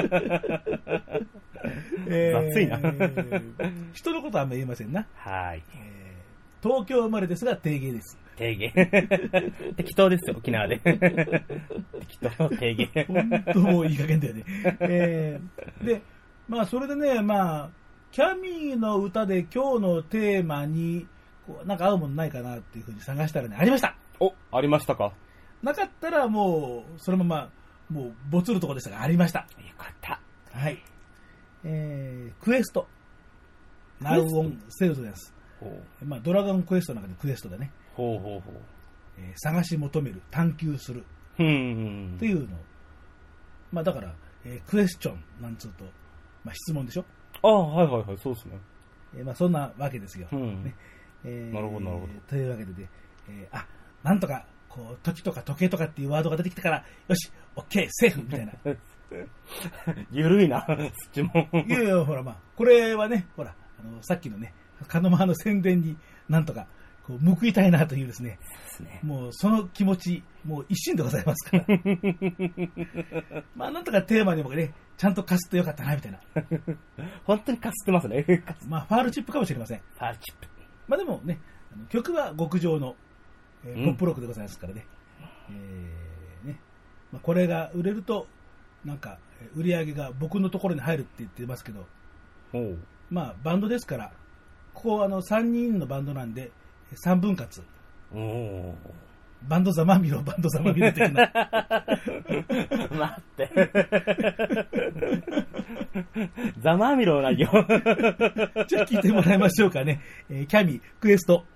C: えー、
B: 雑いな。
C: 人のことはあんまり言えませんな。
B: はい、
C: えー。東京生まれですが、定芸です。
B: 定芸。適当ですよ、沖縄で。適当、定芸。
C: 本当もういい加減だよね。えー、で、まあそれでね、まあ、キャミーの歌で今日のテーマに、こうなんか合うものないかなっていうふうに探したらね、ありました。
B: お、ありましたか。
C: なかったらもう、そのまま、もう、ボツるところでしたが、ありました。よ
B: かった。
C: はい。えー、クエスト。ナウオンセルトです。まあ、ドラゴンクエストの中でクエストだね。
B: ほうほうほう。
C: えー、探し求める、探求する。というの。まあ、だから、えー、クエスチョンなんつうと、まあ、質問でしょ。
B: ああ、はいはいはい、そうですね。
C: えー、まあ、そんなわけですよ。
B: うん
C: ねえー、
B: なるほど、なるほど。
C: というわけでね、えー、あ、なんとか、こう、時とか時計とかっていうワードが出てきたから、よし、オッケー、セーフみたいな。
B: ゆるいな、質問。
C: いやいや、ほら、まあ、これはね、ほら、あの、さっきのね、カノマハの宣伝になんとか、こう、報いたいなというですね、
B: ですね
C: もう、その気持ち、もう一心でございますから。まあ、なんとかテーマにもね、ちゃんとかすってよかったな、みたいな。
B: 本当にかすってますね。
C: まあ、ファールチップかもしれません。
B: ファールチップ。
C: まあでもね、あの曲は極上の、えー、ポップロックでございますからね。うん、えー、ね。まあ、これが売れると、なんか、売り上げが僕のところに入るって言ってますけど、まあ、バンドですから、ここあのさんにんのバンドなんで、さんぶん割。
B: お
C: バンドざまみろ、バンドざまみろ的な。
B: 待って。ざまみろなよ。じゃあ
C: 聞いてもらいましょうかね。えー、キャミ、クエスト。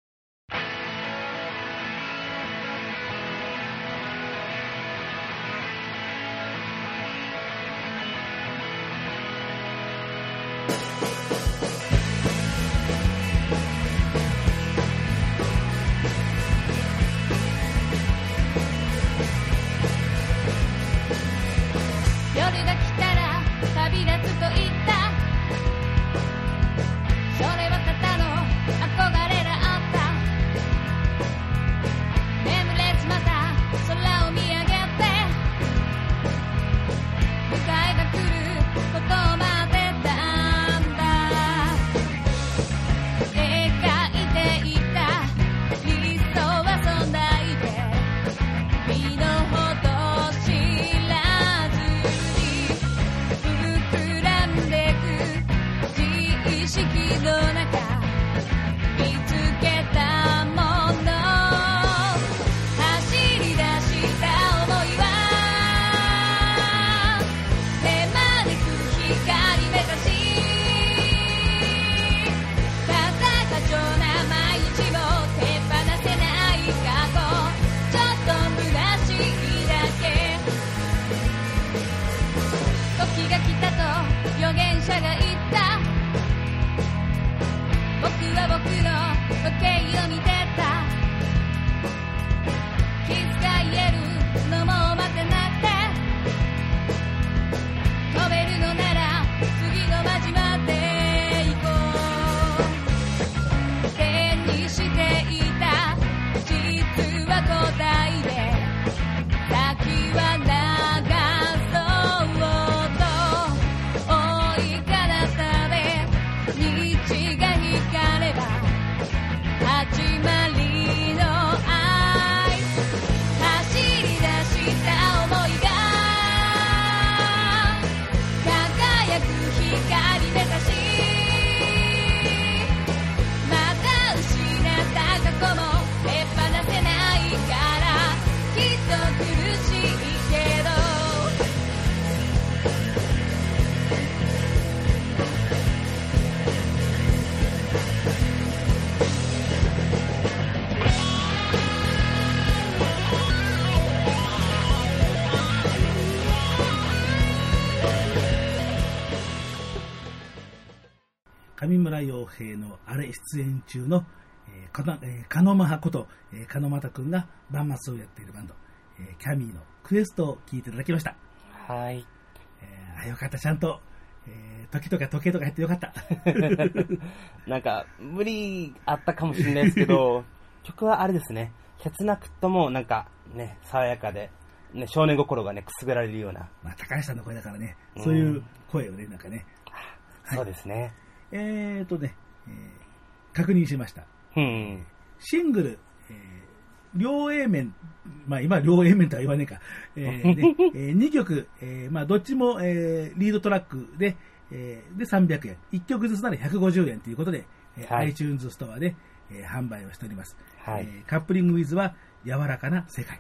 C: 上村洋平のあれ出演中の、えー、かな、えー、カノマハこと、えー、カノマタ君がバンマスをやっているバンド、えー、キャミーのクエストを聴いていただきました。
B: はい。
C: えー、あ、よかった、ちゃんと、えー、時とか時計とかやってよかった。
B: なんか、無理あったかもしれないですけど、曲はあれですね、切なくともなんかね、爽やかで、ね、少年心がね、くすぐられるような。
C: まあ、高橋さんの声だからね、そういう声をね、なんかね。
B: はい、そうですね。
C: えーとね、えー、確認しました。
B: うん、
C: シングル、えー、両 A 面、まあ今両 A 面とは言わねえか、えーねえー、にきょく、えー、まあどっちも、えー、リードトラックで、えー、でさんびゃくえん、いっきょくずつならひゃくごじゅうえんということで、えーはい、iTunes ストアで、えー、販売をしております、
B: はい
C: えー。カップリングウィズは柔らかな世界。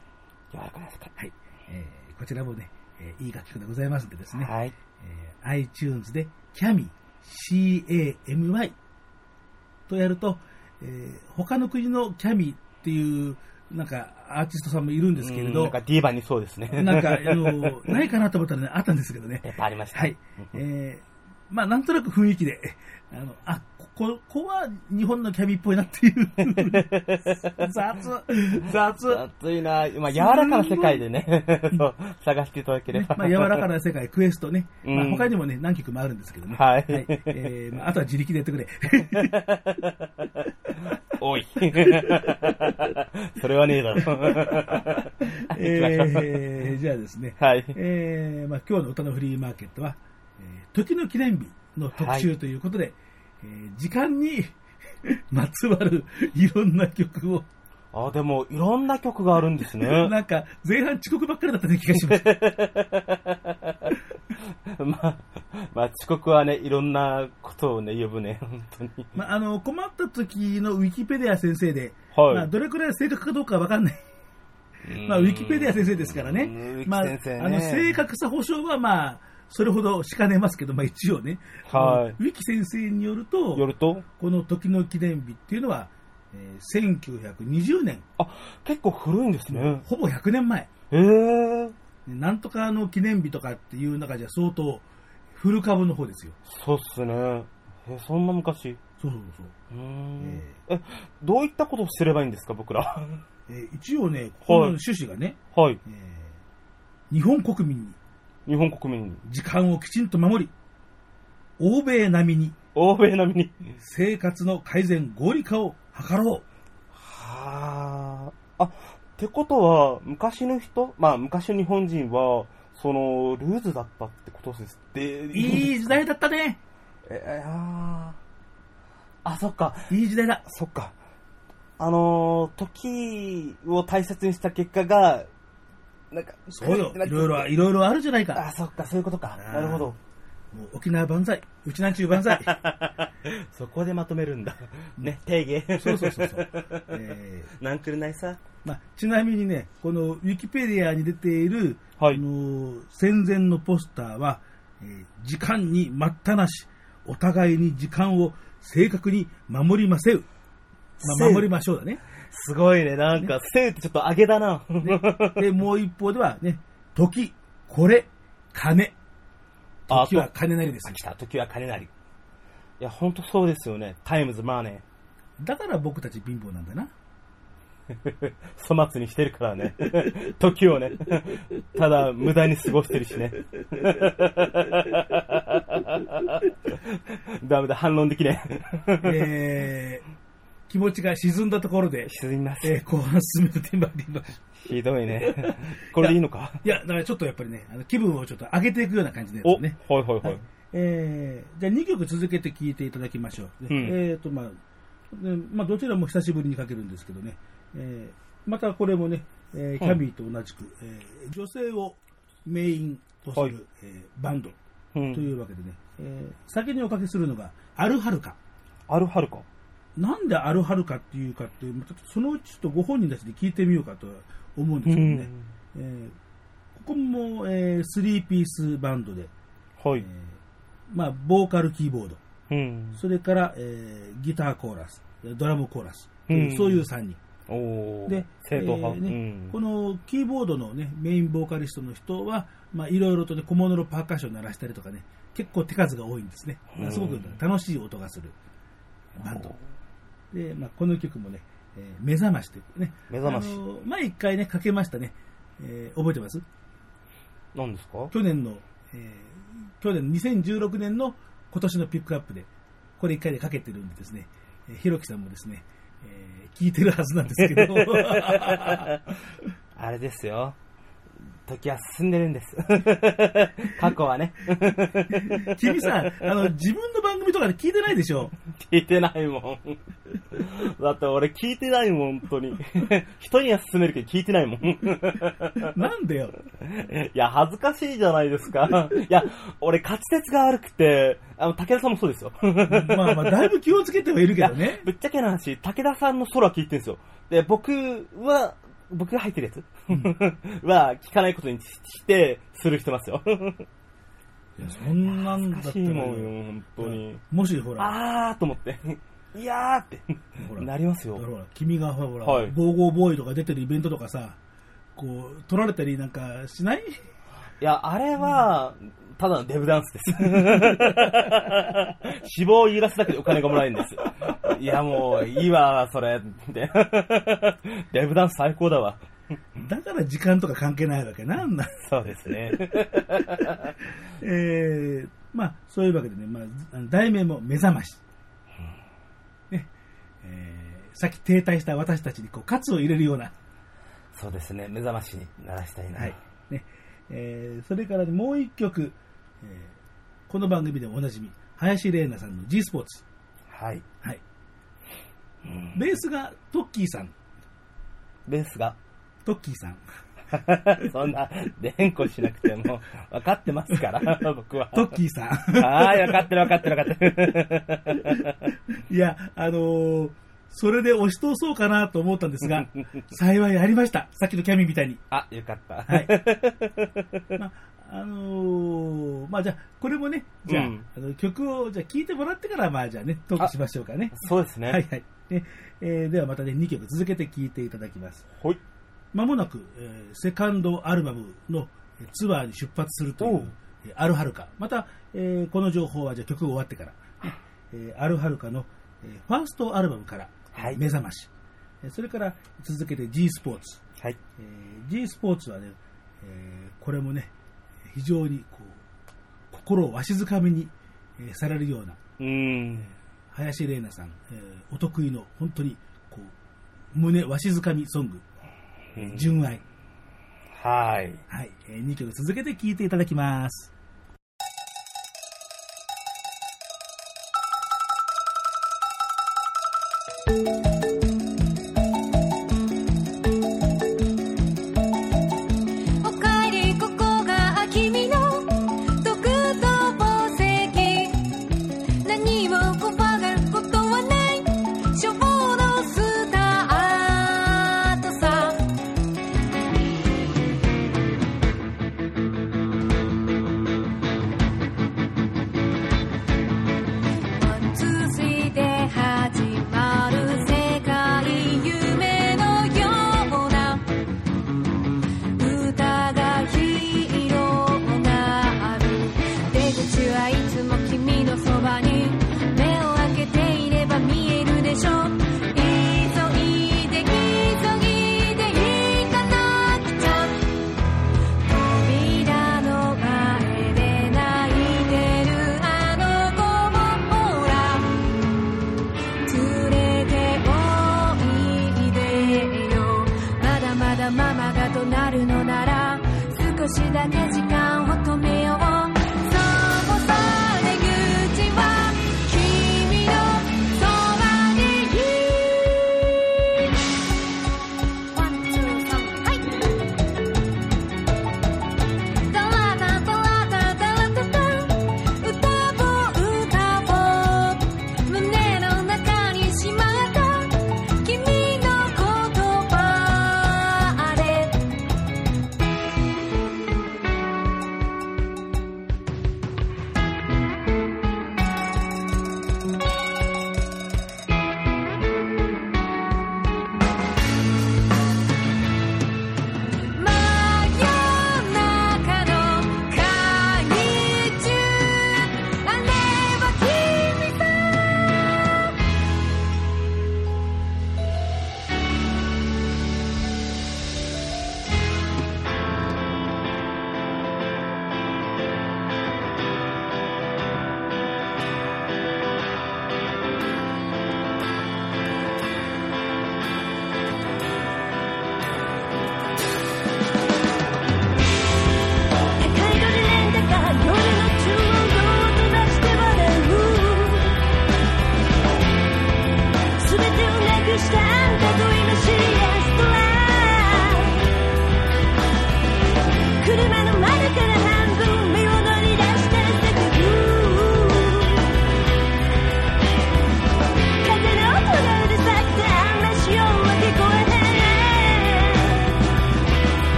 B: 柔らかな世界。
C: はい。えー、こちらもね、えー、いい楽曲でございますんでですね。
B: はい。
C: えー、iTunes で キャミー、シーエーエムワイ とやると、えー、他の国のキャミーっていう、なんか、アーティストさんもいるんですけれど。
B: なんかディーバにそうですね。
C: なんか、あの、ないかなと思ったらね、あったんですけどね。
B: やっぱありました。
C: はい。えー、まあ、なんとなく雰囲気で、あの、あ、ここは日本のキャミっぽいなっていう。雑。雑。
B: 雑いな。まあ、柔らかな世界でね、そう探していただければ。
C: ね、まあ、柔らかな世界、クエストね。うん、まあ、他にもね、何曲もあるんですけどね。
B: はい。
C: はい、えー、まあ、あとは自力でやってくれ。
B: おい。それはねえだろ。
C: えー、じゃあですね。
B: はい。
C: えー、まあ、今日の歌のフリーマーケットは、えー、時の記念日の特集ということで、はい、えー、時間にまつわるいろんな曲を。
B: あ、でもいろんな曲があるんですね。
C: なんか前半遅刻ばっかりだったね気がします。
B: まあ、まあ、遅刻はね、いろんなことをね、呼ぶね、本当に。
C: まあ、あの、困った時のウィキペディア先生で、
B: はい、
C: まあ、どれくらい正確かどうかはわかんない。まあ、ウィキペディア先生ですからね。まあ、あの、正確さ保証はまあ、それほどしかねますけど、まあ一応ね。
B: はい。
C: ウィキ先生によると、
B: よると
C: この時の記念日っていうのは、えー、せんきゅうひゃくにじゅうねん。
B: あ、結構古いんですね。
C: ほぼひゃくねんまえ。
B: へー。
C: なんとかの記念日とかっていう中じゃ相当古株の方ですよ。
B: そうっすね。え、そんな昔？
C: そうそうそう。
B: うーん、えー、え、どういったことをすればいいんですか、僕ら。
C: えー、一応ね、この趣旨がね、
B: はい。
C: えー、日本国民に、
B: 日本国民に
C: 時間をきちんと守り、欧米並みに、
B: 欧米並みに
C: 生活の改善合理化を図ろう。
B: はあ。あ、ってことは、昔の人、まあ昔の日本人は、その、ルーズだったってことですって。
C: いい時代だったね。
B: えー、ああ、そっか。
C: いい時代だ。
B: そっか。あのー、時を大切にした結果が、なんか、
C: そうよ。いろいろ、いろいろあるじゃないか。
B: あ、そっか、そういうことか。なるほど。も
C: う沖縄万歳、うちなんちゅう万歳。
B: そこでまとめるんだ。ね、定義。
C: そうそうそうそう。え
B: ー、なんくるないさ。
C: まあ、ちなみにね、このウィキペディアに出ている、
B: はい、
C: あの戦前のポスターは、えー、時間に待ったなし、お互いに時間を正確に守りませう。まあ、守りましょうだね。
B: すごいね、なんか、ね、せうってちょっと上げだな。
C: で, で、もう一方ではね、時、これ、金。時は金なりです。
B: 来た、時は金なり。いや、ほんとそうですよね。タイムズマネ
C: ー。だから僕たち貧乏なんだな。
B: 粗末にしてるからね。時をね。ただ、無駄に過ごしてるしね。ダメだ、反論できない。
C: えー気持ちが沈んだところで、
B: 沈みます。
C: えー、後半進めてまいりましょ
B: う。ひどいね。これでいいのか？
C: いや、だからちょっとやっぱりね、あの気分をちょっと上げていくような感じでですね。
B: はいはいはい。はい、
C: えー、じゃあにきょく続けて聴いていただきましょう。うん、えーと、まあ、まあ、どちらも久しぶりにかけるんですけどね、えー、またこれもね、えー、キャビーと同じく、うんえー、女性をメインとする、はいえー、バンドというわけでね、うんえー、先におかけするのが、アルハルカ。
B: アルハルカ
C: なんでアルハルカっていうかっていう、そのうちちょっとご本人たちで聞いてみようかと思うんですけどね。うんえー、ここも、えー、スリーピースバンドで、
B: はい
C: えーまあ、ボーカルキーボード、
B: うん、
C: それから、えー、ギターコーラス、ドラムコーラス、うん、そういうさんにん。
B: お
C: で、
B: 正統派、
C: えーね
B: うん、
C: このキーボードの、ね、メインボーカリストの人は、まあ、いろいろと、ね、小物のパーカッション鳴らしたりとかね、結構手数が多いんですね。うん、すごく楽しい音がするバンド。で、まあ、この曲もね、えー、目覚ましというね。
B: 目覚まし。
C: あの前一回ね、かけましたね。えー、覚えてます？
B: 何ですか？
C: 去年の、えー、去年にせんじゅうろくねんの今年のピックアップで、これ一回でかけてるんでですね、えー、ひろきさんもですね、えー、聞いてるはずなんですけど。
B: あれですよ。時は進んでるんです。過去はね。
C: 君さ、あの、自分の番組とかで聞いてないでしょ？
B: 聞いてないもん。だって俺聞いてないもん、本当に。人には勧めるけど聞いてないもん。
C: なんでよ。
B: いや、恥ずかしいじゃないですか。いや、俺滑舌が悪くて、あの、武田さんもそうですよ。
C: まあまあ、だいぶ気をつけてはいるけどね。
B: ぶっちゃけな話、武田さんの空聞いてるんですよ。で、僕は、 僕が入ってるやつ、うん、は聞かないことにしてスルーしてますよ。
C: いや、そんなんだったら
B: もんよ、本当に。
C: もしほら、
B: あーと思って、いやーってほらなりますよ。
C: ほら、君がほら、はい、ボーゴーボーイとか出てるイベントとかさ、こう、撮られたりなんかしない？
B: いや、あれは、うん、ただのデブダンスです。脂肪を揺らすだけでお金がもらえるんです。いや、もう、いいわ、それ。デブダンス最高だわ。
C: だから時間とか関係ないわけなんだ。
B: そうですね。
C: えー、まあ、そういうわけでね、まあ、題名も目覚まし。ね、えー、さっき停滞した私たちにこう喝を入れるような。
B: そうですね、目覚ましにならしたいな。
C: はい。ね、えー、それから、ね、もう一曲、えー、この番組でもおなじみ、林玲奈さんの G スポーツ。
B: はい。
C: はい。ベースがトッキーさん。
B: ベースが
C: トッキーさん。
B: そんな連呼しなくても分かってますから僕は。
C: トッキーさん。
B: ああ、分かってる分かってる分かってる。
C: いや、あのー、それで押し通そうかなと思ったんですが、幸いありました。さっきのキャミみたいに。
B: あ、よかった。
C: はい。まあのー、まあじゃあこれもね、じゃあ、うん、あの曲をじゃあ聴いてもらってからまあじゃあねトークしましょうかね。
B: そうですね。
C: はいはい。ねえー、ではまたねにきょく続けて聴いていただきます。
B: はい。
C: まもなく、えー、セカンドアルバムのツアーに出発するという、えー、アルハルカ。また、えー、この情報はじゃあ曲終わってから、ねえー、アルハルカの、えー、ファーストアルバムから、はい、目覚まし。それから続けて G スポーツ。
B: はい。
C: えー、G スポーツはね、えー、これもね非常にこう心をわしづかみに、えー、されるような、
B: うーん、
C: 林玲奈さん、えー、お得意の本当にこう胸わしづかみソング、えー、純愛。
B: はい、
C: はい、えー、にきょく続けて聴いていただきます。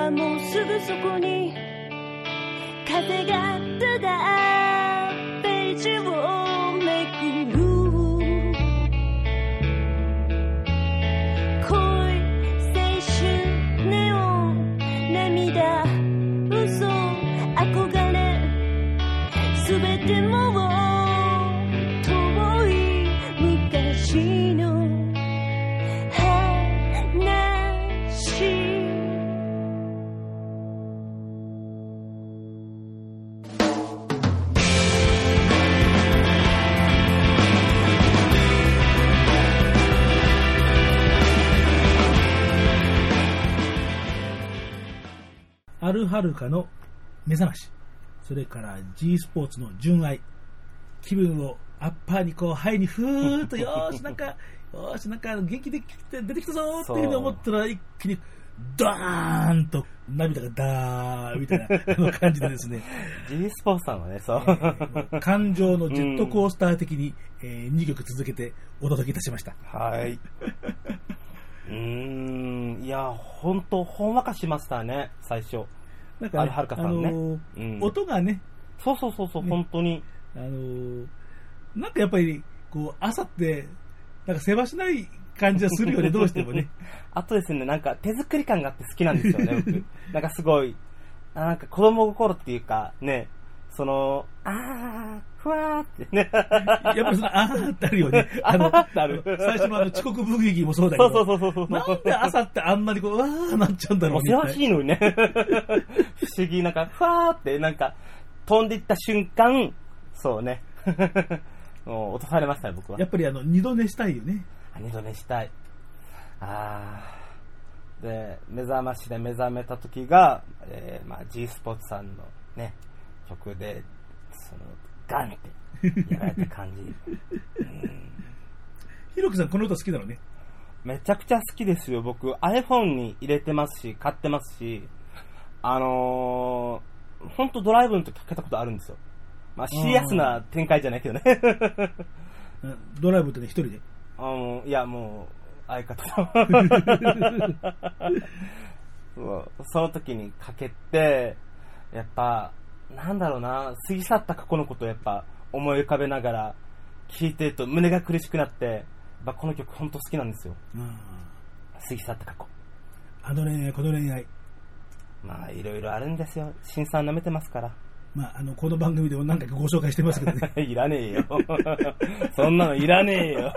I: はもうすぐそこに風がただページをめくる恋青春ネオン涙嘘憧れすべてもう遠い昔の
C: あるはるかの目覚まし、それから G スポーツの純愛、気分をアッパーにこうハイにふーっとよーしなんかよーしなんか元気で出てきたぞーっていうふうに思ったら一気にドーンと涙がダーみたいな感じでですね
B: G スポーツさんはねそう、
C: えー、感情のジェットコースター的に、うんえー、にきょく続けてお届けいたしました。
B: はいうーんいや本当ほんわかしましたね最初。
C: なんか、ね、
B: はるかさんね、
C: あのーうん、音がね
B: そうそうそうそう、ね、本当に
C: あのー、なんかやっぱりこう朝ってなんかせわしない感じはするよねどうしてもね
B: あとですねなんか手作り感があって好きなんですよね僕なんかすごいなんか子供心っていうかねそのあーふわーってね
C: やっぱりそのあーってあるよね
B: あのあってある
C: 最初のあの遅刻ブギギもそうだけど
B: そうそうそうそう
C: なんで朝ってあんなにこううわーなっちゃうんだろう
B: みたいな。おせわしいのにね不思議なんかふわーってなんか飛んでいった瞬間そうねもう落とされましたね僕は。
C: やっぱりあの二度寝したいよね。
B: 二度寝したい。あーで目覚ましで目覚めた時が、えーまあ、G スポーツさんのね曲でそのガンってやられた感じうん
C: ひろきさんこの歌好きなのね。
B: めちゃくちゃ好きですよ僕 iPhone に入れてますし買ってますしあのー、ほんとドライブの時かけたことあるんですよ。まあシリアスな展開じゃないけどね
C: ドライブってね一人で
B: あのいやもう相方とその時にかけてやっぱなんだろうな過ぎ去った過去のことをやっぱ思い浮かべながら聴いてると胸が苦しくなってやっぱこの曲本当好きなんですよ。過ぎ去った過去
C: あの恋愛この恋愛
B: まあいろいろあるんですよ。新さん舐めてますから。
C: まあ、あのこの番組でも何回かご紹介してますけどね
B: いらねえよそんなのいらねえよ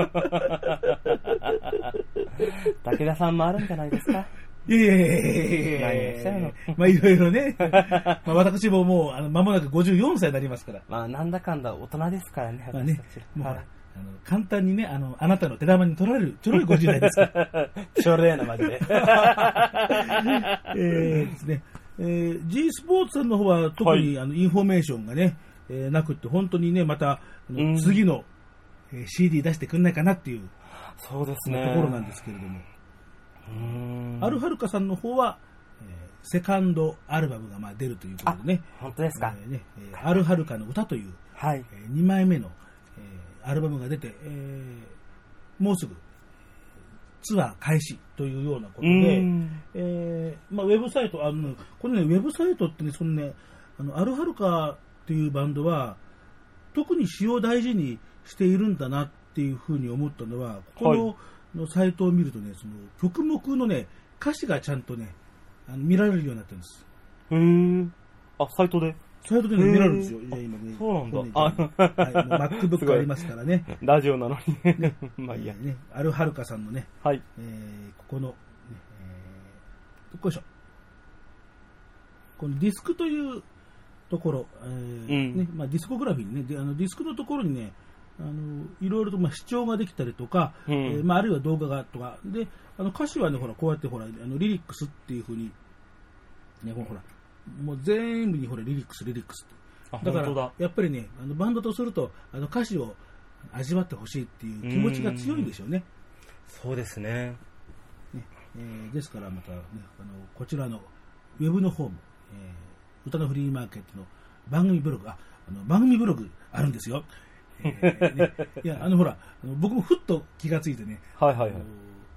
B: 武田さんもあるんじゃないですか。
C: いやいやいやいやいやまあいろいろねまあ私ももうあの間もなくごじゅうよんさいになりますから。
B: まあなんだかんだ大人ですからね。
C: まあねもうほらあの簡単にねあのあなたの手玉に取られるちょろいごじゅう代ですから
B: ちょろえなマジで
C: えーですねえー、G スポーツさんの方は特に、はい、あのインフォメーションがね、えー、なくって本当にねまたあの次の、えー、シーディー 出してくんないかなっていう
B: そうですね
C: ところなんですけれども、うーんあるはるかさんの方は、えー、セカンドアルバムがまあ出るということでね。
B: 本当ですか。
C: えーねえー、あるはるかの歌という、
B: はい
C: えー、にまいめの、えー、アルバムが出て、えー、もうすぐツアー開始というようなことで、えーまあ、ウェブサイトあのこれねウェブサイトってねそのねあのあるはるかっていうバンドは特に詩を大事にしているんだなっていうふうに思ったのはこの、はい、のサイトを見るとねその曲目のね歌詞がちゃんとねあの見られるようになってるんです。
B: へーあサイトで
C: サイトで、ね、見られるんですよ。いや今ね
B: そうなんだ。
C: あ、はい、MacBook ありますからね。
B: ラジオなのに
C: ね。
B: まあいいや
C: ね。あるはるかさんのね。
B: はい。
C: えー、ここの、ねえー、こいしょ。このディスクというところ、えーうんねまあ、ディスコグラフィーにねであのディスクのところにねあのいろいろとまあ視聴ができたりとか、うんえーまあ、あるいは動画がとかであの歌詞はねほらこうやってほらあのリリックスっていう風にねほらもう全部にほらリリックスリリックスってだからだやっぱりねあのバンドとするとあの歌詞を味わってほしいっていう気持ちが強いんでしょうね。
B: そうですね。
C: ね、えー、ですからまた、ね、あのこちらのウェブの方も、えー、歌のフリーマーケットの番組ブログああの番組ブログあるんですよ。えーね、いやあのほらあの僕もふっと気がついてね、
B: はいはいはい、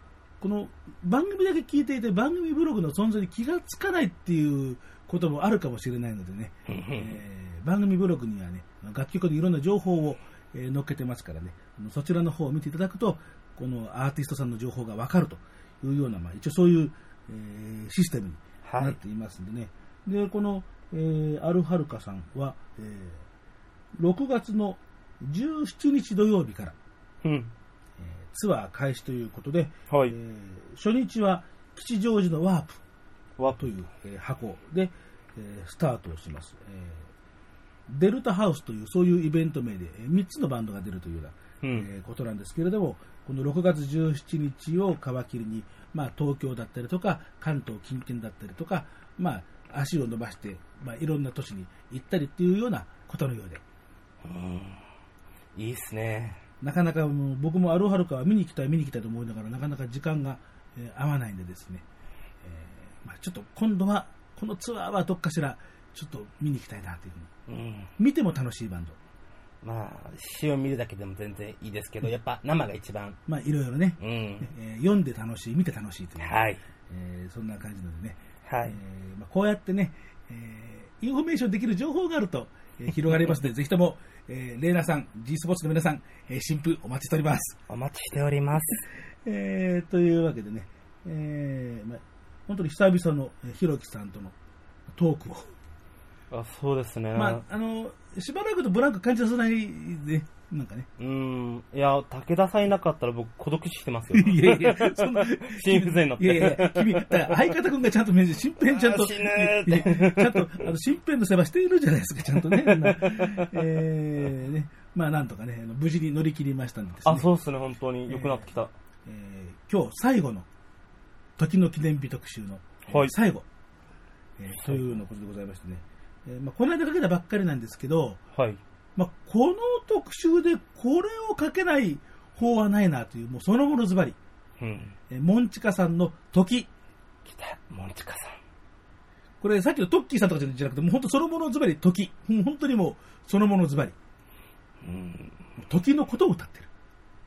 C: この番組だけ聞いていて番組ブログの存在に気がつかないっていうこともあるかもしれないのでね、えー、番組ブログにはね楽曲のいろんな情報を、えー、載っけてますからね、そちらの方を見ていただくとこのアーティストさんの情報が分かるというような、まあ、一応そういう、えー、システムになっていますんでね、はい、でこの、えー、アルハルカさんは、えー、ろくがつのじゅうしちにち土曜日から、うんえー、ツアー開始ということで、はいえー、初日は吉祥寺のワープワープという、えー、箱で、えー、スタートをします、えー、デルタハウスというそういうイベント名で、えー、みっつのバンドが出るというような、うんえー、ことなんですけれども、このろくがつじゅうしちにちを皮切りに、まあ、東京だったりとか関東近県だったりとか、まあ、足を伸ばして、まあ、いろんな都市に行ったりっていうようなことのようで、
B: うんいいっすね。
C: なかなかもう僕もアルハルカは見に行きたい見に行きたいと思いながらなかなか時間が、えー、合わないんでですね、えーまあ、ちょっと今度はこのツアーはどっかしらちょっと見に行きたいなというふうに、うん、見ても楽しいバンド、
B: まあ詩を見るだけでも全然いいですけど、やっぱ生が一番
C: まあいろいろね、うんえー、読んで楽しい見て楽しいという、
B: はい
C: えー、そんな感じなのでね、
B: はい
C: えーまあ、こうやってね、えー、インフォメーションできる情報があると、えー、広がりますのでぜひともえー、レイナさん、G スポーツの皆さん、えー、新婦お待ちしております。
B: お待ちしております。
C: えー、というわけでね、えーまあ、本当に久々のひろきさんとのトークを。
B: あ、そうですね。
C: まあ、あの、しばらくとブランク感じさせないで、なんかね。
B: うーん。いや、武田さんいなかったら僕孤独死してますよ。
C: いやいや、そんな。
B: 心不全になって。
C: いやいや、君、だから相方君がちゃんと面接、身辺ちゃんと。
B: 死ぬーって。
C: ちゃんと、あの、身辺の世話しているじゃないですか、ちゃんとね。えー、ね。まあ、なんとかね、無事に乗り切りましたんでですね。
B: あ、そうですね、本当に。良くなってきた。
C: えーえー、今日最後の、時の記念日特集の、はい、最後、えー、というのことでございましてね。えーまあ、この間かけたばっかりなんですけど、
B: はい
C: まあ、この特集でこれをかけない方はないなという、もうそのものズバリ、うんえー、モンチカさんの時。
B: 来た、モンチカさん。
C: これさっきのトッキーさんとかじゃなくて、もう本当そのものズバリ時。もう本当にもうそのものズバリ。うん、時のことを歌ってる。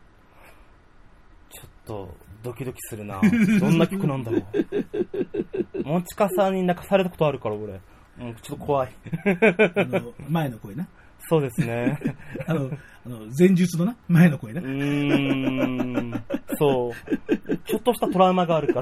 B: ちょっとドキドキするな。どんな曲なんだろう。モンチカさんに泣かされたことあるから俺、うん、ちょっと怖い。
C: あの前の声な。
B: そうですね。
C: あの、あの前述のな前の声な。
B: うーん。そう。ちょっとしたトラウマがあるから。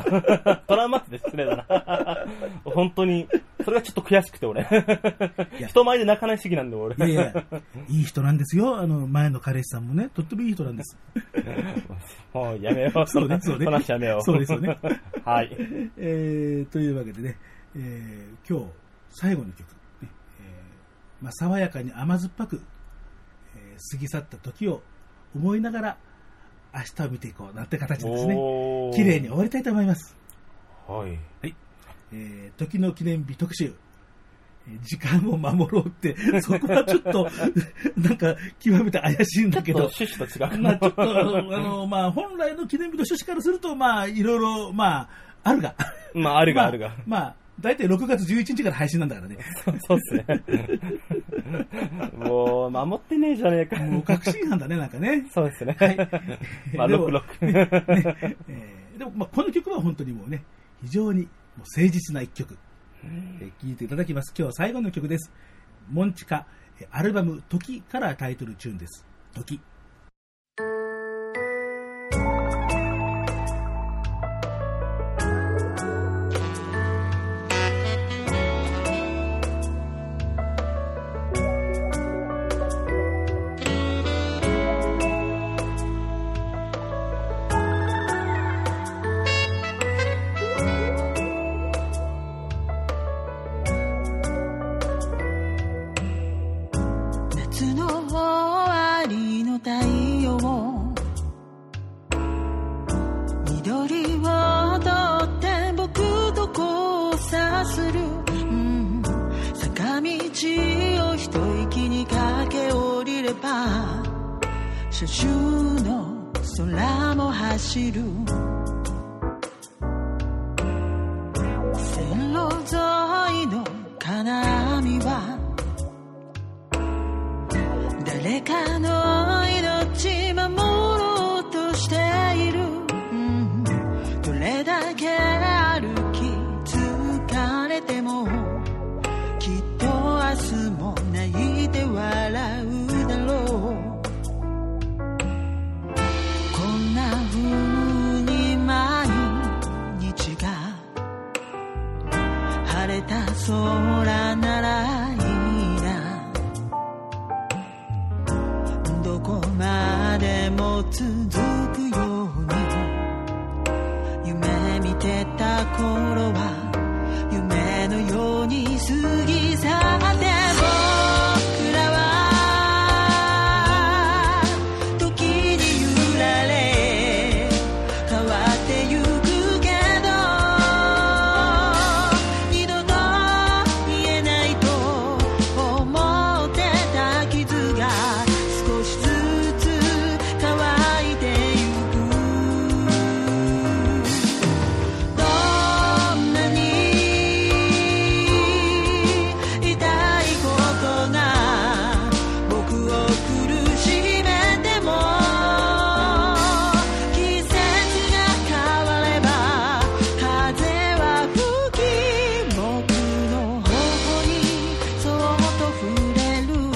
B: トラウマって失礼だな。本当にそれがちょっと悔しくて俺。人前で泣かない主義なんで俺。
C: いやいや、いい人なんですよ。あの前の彼氏さんもね、とってもいい人なんです。
B: もうやめよう。
C: そうね、そうね。
B: 話やめよう。
C: そうですよね。
B: はい。
C: えー、というわけでね、えー、今日最後の曲。まあ、爽やかに甘酸っぱく、えー、過ぎ去った時を思いながら明日を見ていこうなんて形でですね、綺麗に終わりたいと思います。
B: はい。
C: はい。えー、時の記念日特集、えー、時間を守ろうって、そこはちょっと、なんか極めて怪しいんだけど、
B: ちょっと趣旨と違う。
C: まあ、ちょっと、あの、まあ、本来の記念日の趣旨からすると、まあ、いろいろ、まあ、あるが。
B: まあ、あるがあるが。
C: まあ、まあだいたいろくがつじゅういちにちから配信なんだからね。
B: そうですね。もう、守ってねえじゃねえか。
C: もう確信犯だね、なんかね。
B: そうですね。はい。まあ、ろくろく。
C: ねえー、でも、まあ、この曲は本当にもうね、非常にもう誠実な一曲。えー、聴いていただきます。今日は最後の曲です。モンチカ、アルバム、時からタイトルチューンです。時。
J: 車中の空も走る線路沿いの金網は誰かの命守ろうとしている、うん、ドもきっと明日も泣いて笑うだろう。こんな風に毎日が晴れた空ならいいな。どこまでも続くように夢見てた頃は夢のように過ぎ去って僕らは時に揺られ変わってゆくけど二度と言えないと思ってた傷が少しずつ乾いてゆく。どんなに痛いことが僕を苦しめても季節が変われば風は吹き僕の頬にそっと触れる。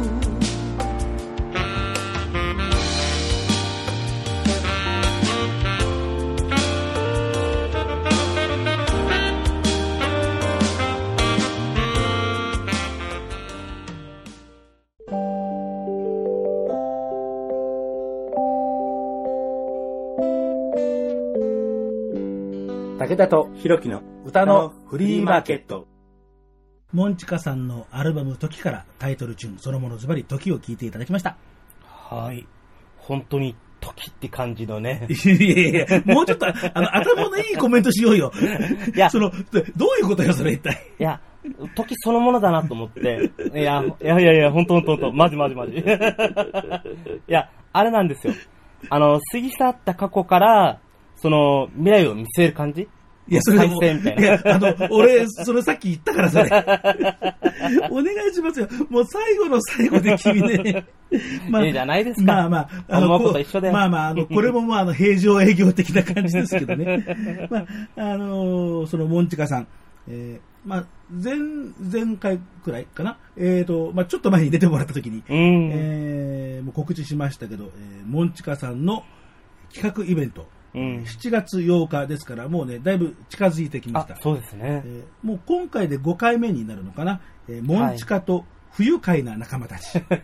A: 武田とひろきの歌のフリーマーケット。
C: モンチカさんのアルバム時からタイトルチューンそのものズバリ時を聴いていただきました。
B: はい。本当に時って感じのね。
C: いやいや、もうちょっとあの頭のいいコメントしようよ。いや、そのどういうことよそれ一体。
B: いや、時そのものだなと思って。いや、いやいやいや、本当本当本当、マジマジマジ。いや、あれなんですよ。あの過ぎ去った過去からその未来を見据える感じ。
C: いや、それも、いや、あの、俺、それさっき言ったから、それ。お願いしますよ。もう最後の最後で君ね。
B: まあ、いいじゃないですか。
C: まあまあ、
B: あの、こと一緒で。
C: まあまあ、あの、これもまあ、あの、平常営業的な感じですけどね。まあ、あのー、その、モンチカさん。えー、まあ、前、前回くらいかな。えっと、まあ、ちょっと前に出てもらった時に、えー、もう告知しましたけど、えー、モンチカさんの企画イベント。うん、しちがつようかですからもうねだいぶ近づいてきました。
B: そうですね、
C: えー、もう今回でごかいめになるのかな、えー、モンチカと不愉快な仲間たち、はい、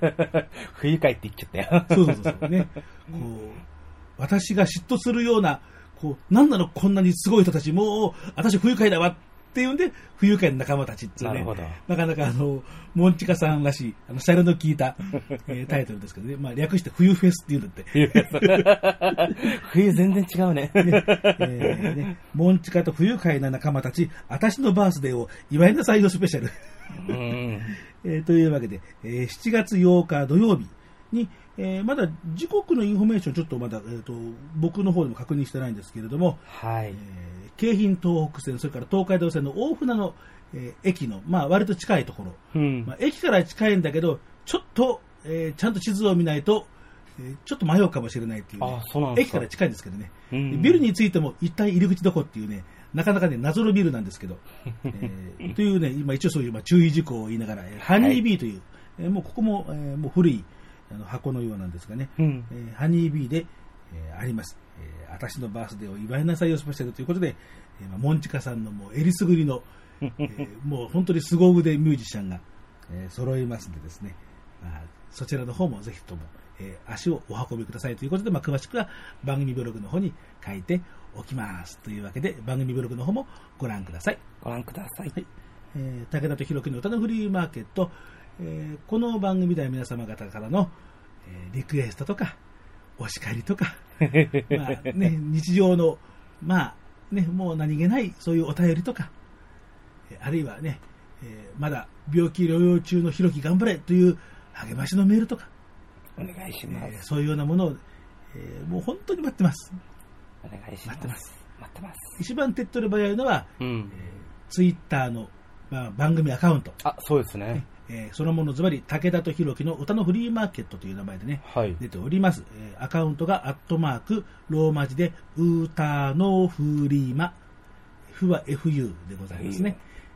B: 不愉快って言っちゃったよ。
C: そうそうそうねこう私が嫉妬するようなこうなんなのこんなにすごい人たちもう私不愉快だわっていうんで不愉快な仲間たちっていうね な, なかなかあのモンチカさんらしいあのシャレの効いた、えー、タイトルですけどね、まあ、略して冬フェスっていうんだって
B: 冬全然違う ね, ね,
C: えー、ねモンチカと不愉快な仲間たち私のバースデーを祝いなさいよスペシャル、うんえー、というわけで、えー、しちがつようか土曜日に、えー、まだ時刻のインフォメーションちょっとまだ、えー、と僕の方でも確認してないんですけれども、
B: はいえー、
C: 京浜東北線それから東海道線の大船の、えー、駅の、まあ、割と近いところ、うんまあ、駅から近いんだけどちょっと、えー、ちゃんと地図を見ないと、えー、ちょっと迷うかもしれないっていう、ね、
B: あそうなんですか。
C: 駅から近いんですけどね、うん、ビルについても一体入り口どこっていうねなかなかね謎のビルなんですけど、えー、というね今一応そういう、まあ、注意事項を言いながら、ハニービーという、はいえー、もうここも、えー、もう古いあの箱のようなんですがね、うんえー、ハニービーで、えー、あります、えー、私のバースデーを祝いなさいよスペシャルということで、えーまあ、モンチカさんのもうえりすぐりの、えー、もう本当に凄腕ミュージシャンが、えー、揃いますのでですね、まあ、そちらの方もぜひとも、えー、足をお運びくださいということで、まあ、詳しくは番組ブログの方に書いておきますというわけで番組ブログの方もご覧ください。
B: ご覧ください、はい
C: えー、武田とひろきの歌のフリーマーケット、えー、この番組では皆様方からの、えー、リクエストとかお叱りとかまあ、ね、日常のまあねもう何気ないそういうお便りとか、えー、あるいはね、えー、まだ病気療養中のひろき頑張れという励ましのメールとか
B: お願いします、
C: えー、そういうようなものを、えー、もう本当に待ってます。
B: お願いします。
C: 待ってます。
B: 待ってます。
C: 一番手っ取り早いのは、うんえー、ツイッターの、まあ、番組アカウント。
B: あ、そうですね。
C: えー、そのものズバリ武田とひろきの歌のフリーマーケットという名前でね、はい、出ております、えー、アカウントがアットマークローマ字で歌のフリーマフは エフユー でございますね、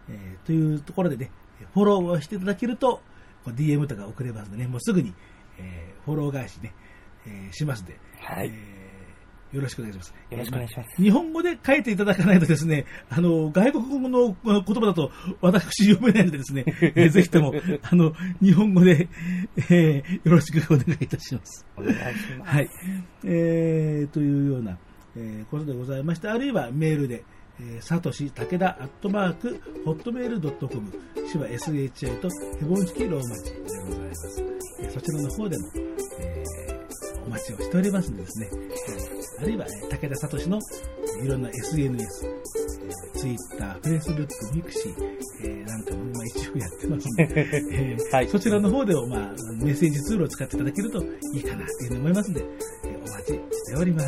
C: えー、というところでね、フォローをしていただけると、ディーエム とか送れますのでね、もうすぐに、えー、フォロー返しね、えー、しますので、
B: はい。
C: えーよろしくお願いします。
B: よろしくお願いします。
C: 日本語で書いていただかないとですね、あの、外国語の言葉だと私読めないのでですね、えー、ぜひとも、あの、日本語で、えー、よろしくお願いいたします。
B: お願いします。
C: はい。えー、というような、えー、ことでございまして、あるいはメールで、えー、さとし、たけだ、アットマーク、ホットメールドットコム、しは エスエイチアイ とヘボン式ローマ字でございます。えー、そちらの方でも、えーお待ちをしておりますのでですね、あるいは、武田聡のいろんな エスエヌエス、ツイッター、フェイスブック、ミクシー、えー、なんかも今一応やってますので、えーはい、そちらの方でも、まあ、メッセージツールを使っていただけるといいかなというふうに思いますので、えー、お待ちしております。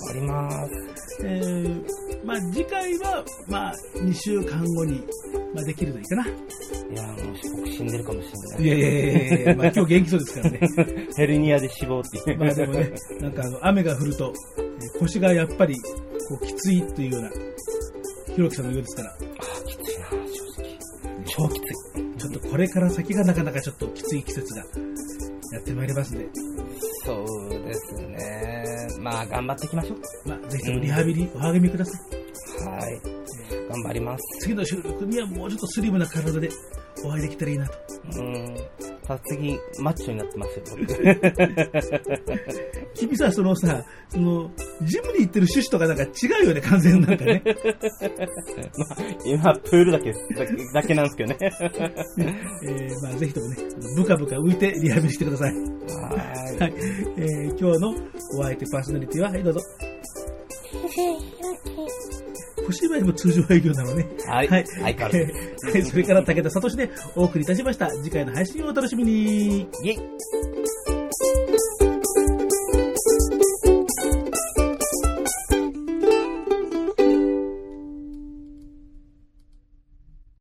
B: あります。
C: えー、まあ次回は、まあにしゅうかんごに、まあ、できるといいかな。
B: いやーもう僕死んでるかもしれない。
C: いやいやいやいや、まあ今日元気そうですからね。
B: ヘルニアで死亡っていう。
C: まあでもね、なんかあの雨が降ると、えー、腰がやっぱりこうきついというような、ひろきさんのようですから。
B: ああ、きついな、正直。超きつい。
C: ちょっとこれから先がなかなかちょっときつい季節がやってまいりますね。
B: そうですね。まあ頑張っていきましょう。
C: まあぜひともリハビリお励みくださ
B: い。はい。頑張ります。
C: 次の収録にはもうちょっとスリムな体でお会いできたらいいなと。
B: うん。さ次、マッチョになってますよ。
C: 君さ、そのさ、その、ジムに行ってる趣旨とかなんか違うよね、完全なんかね。
B: まあ、今、プールだけ、だけ、だけなんですけどね。
C: えー、まあ、ぜひともね、ブカブカ浮いてリハビリしてください。はい。はい。えー、今日のお相手パーソナリティは、はい、どうぞ。小芝居も通常営業なのね。
B: はい。はい。はい、
C: はい、それから武田聡でお送りいたしました。次回の配信をお楽しみに。
B: イェイ。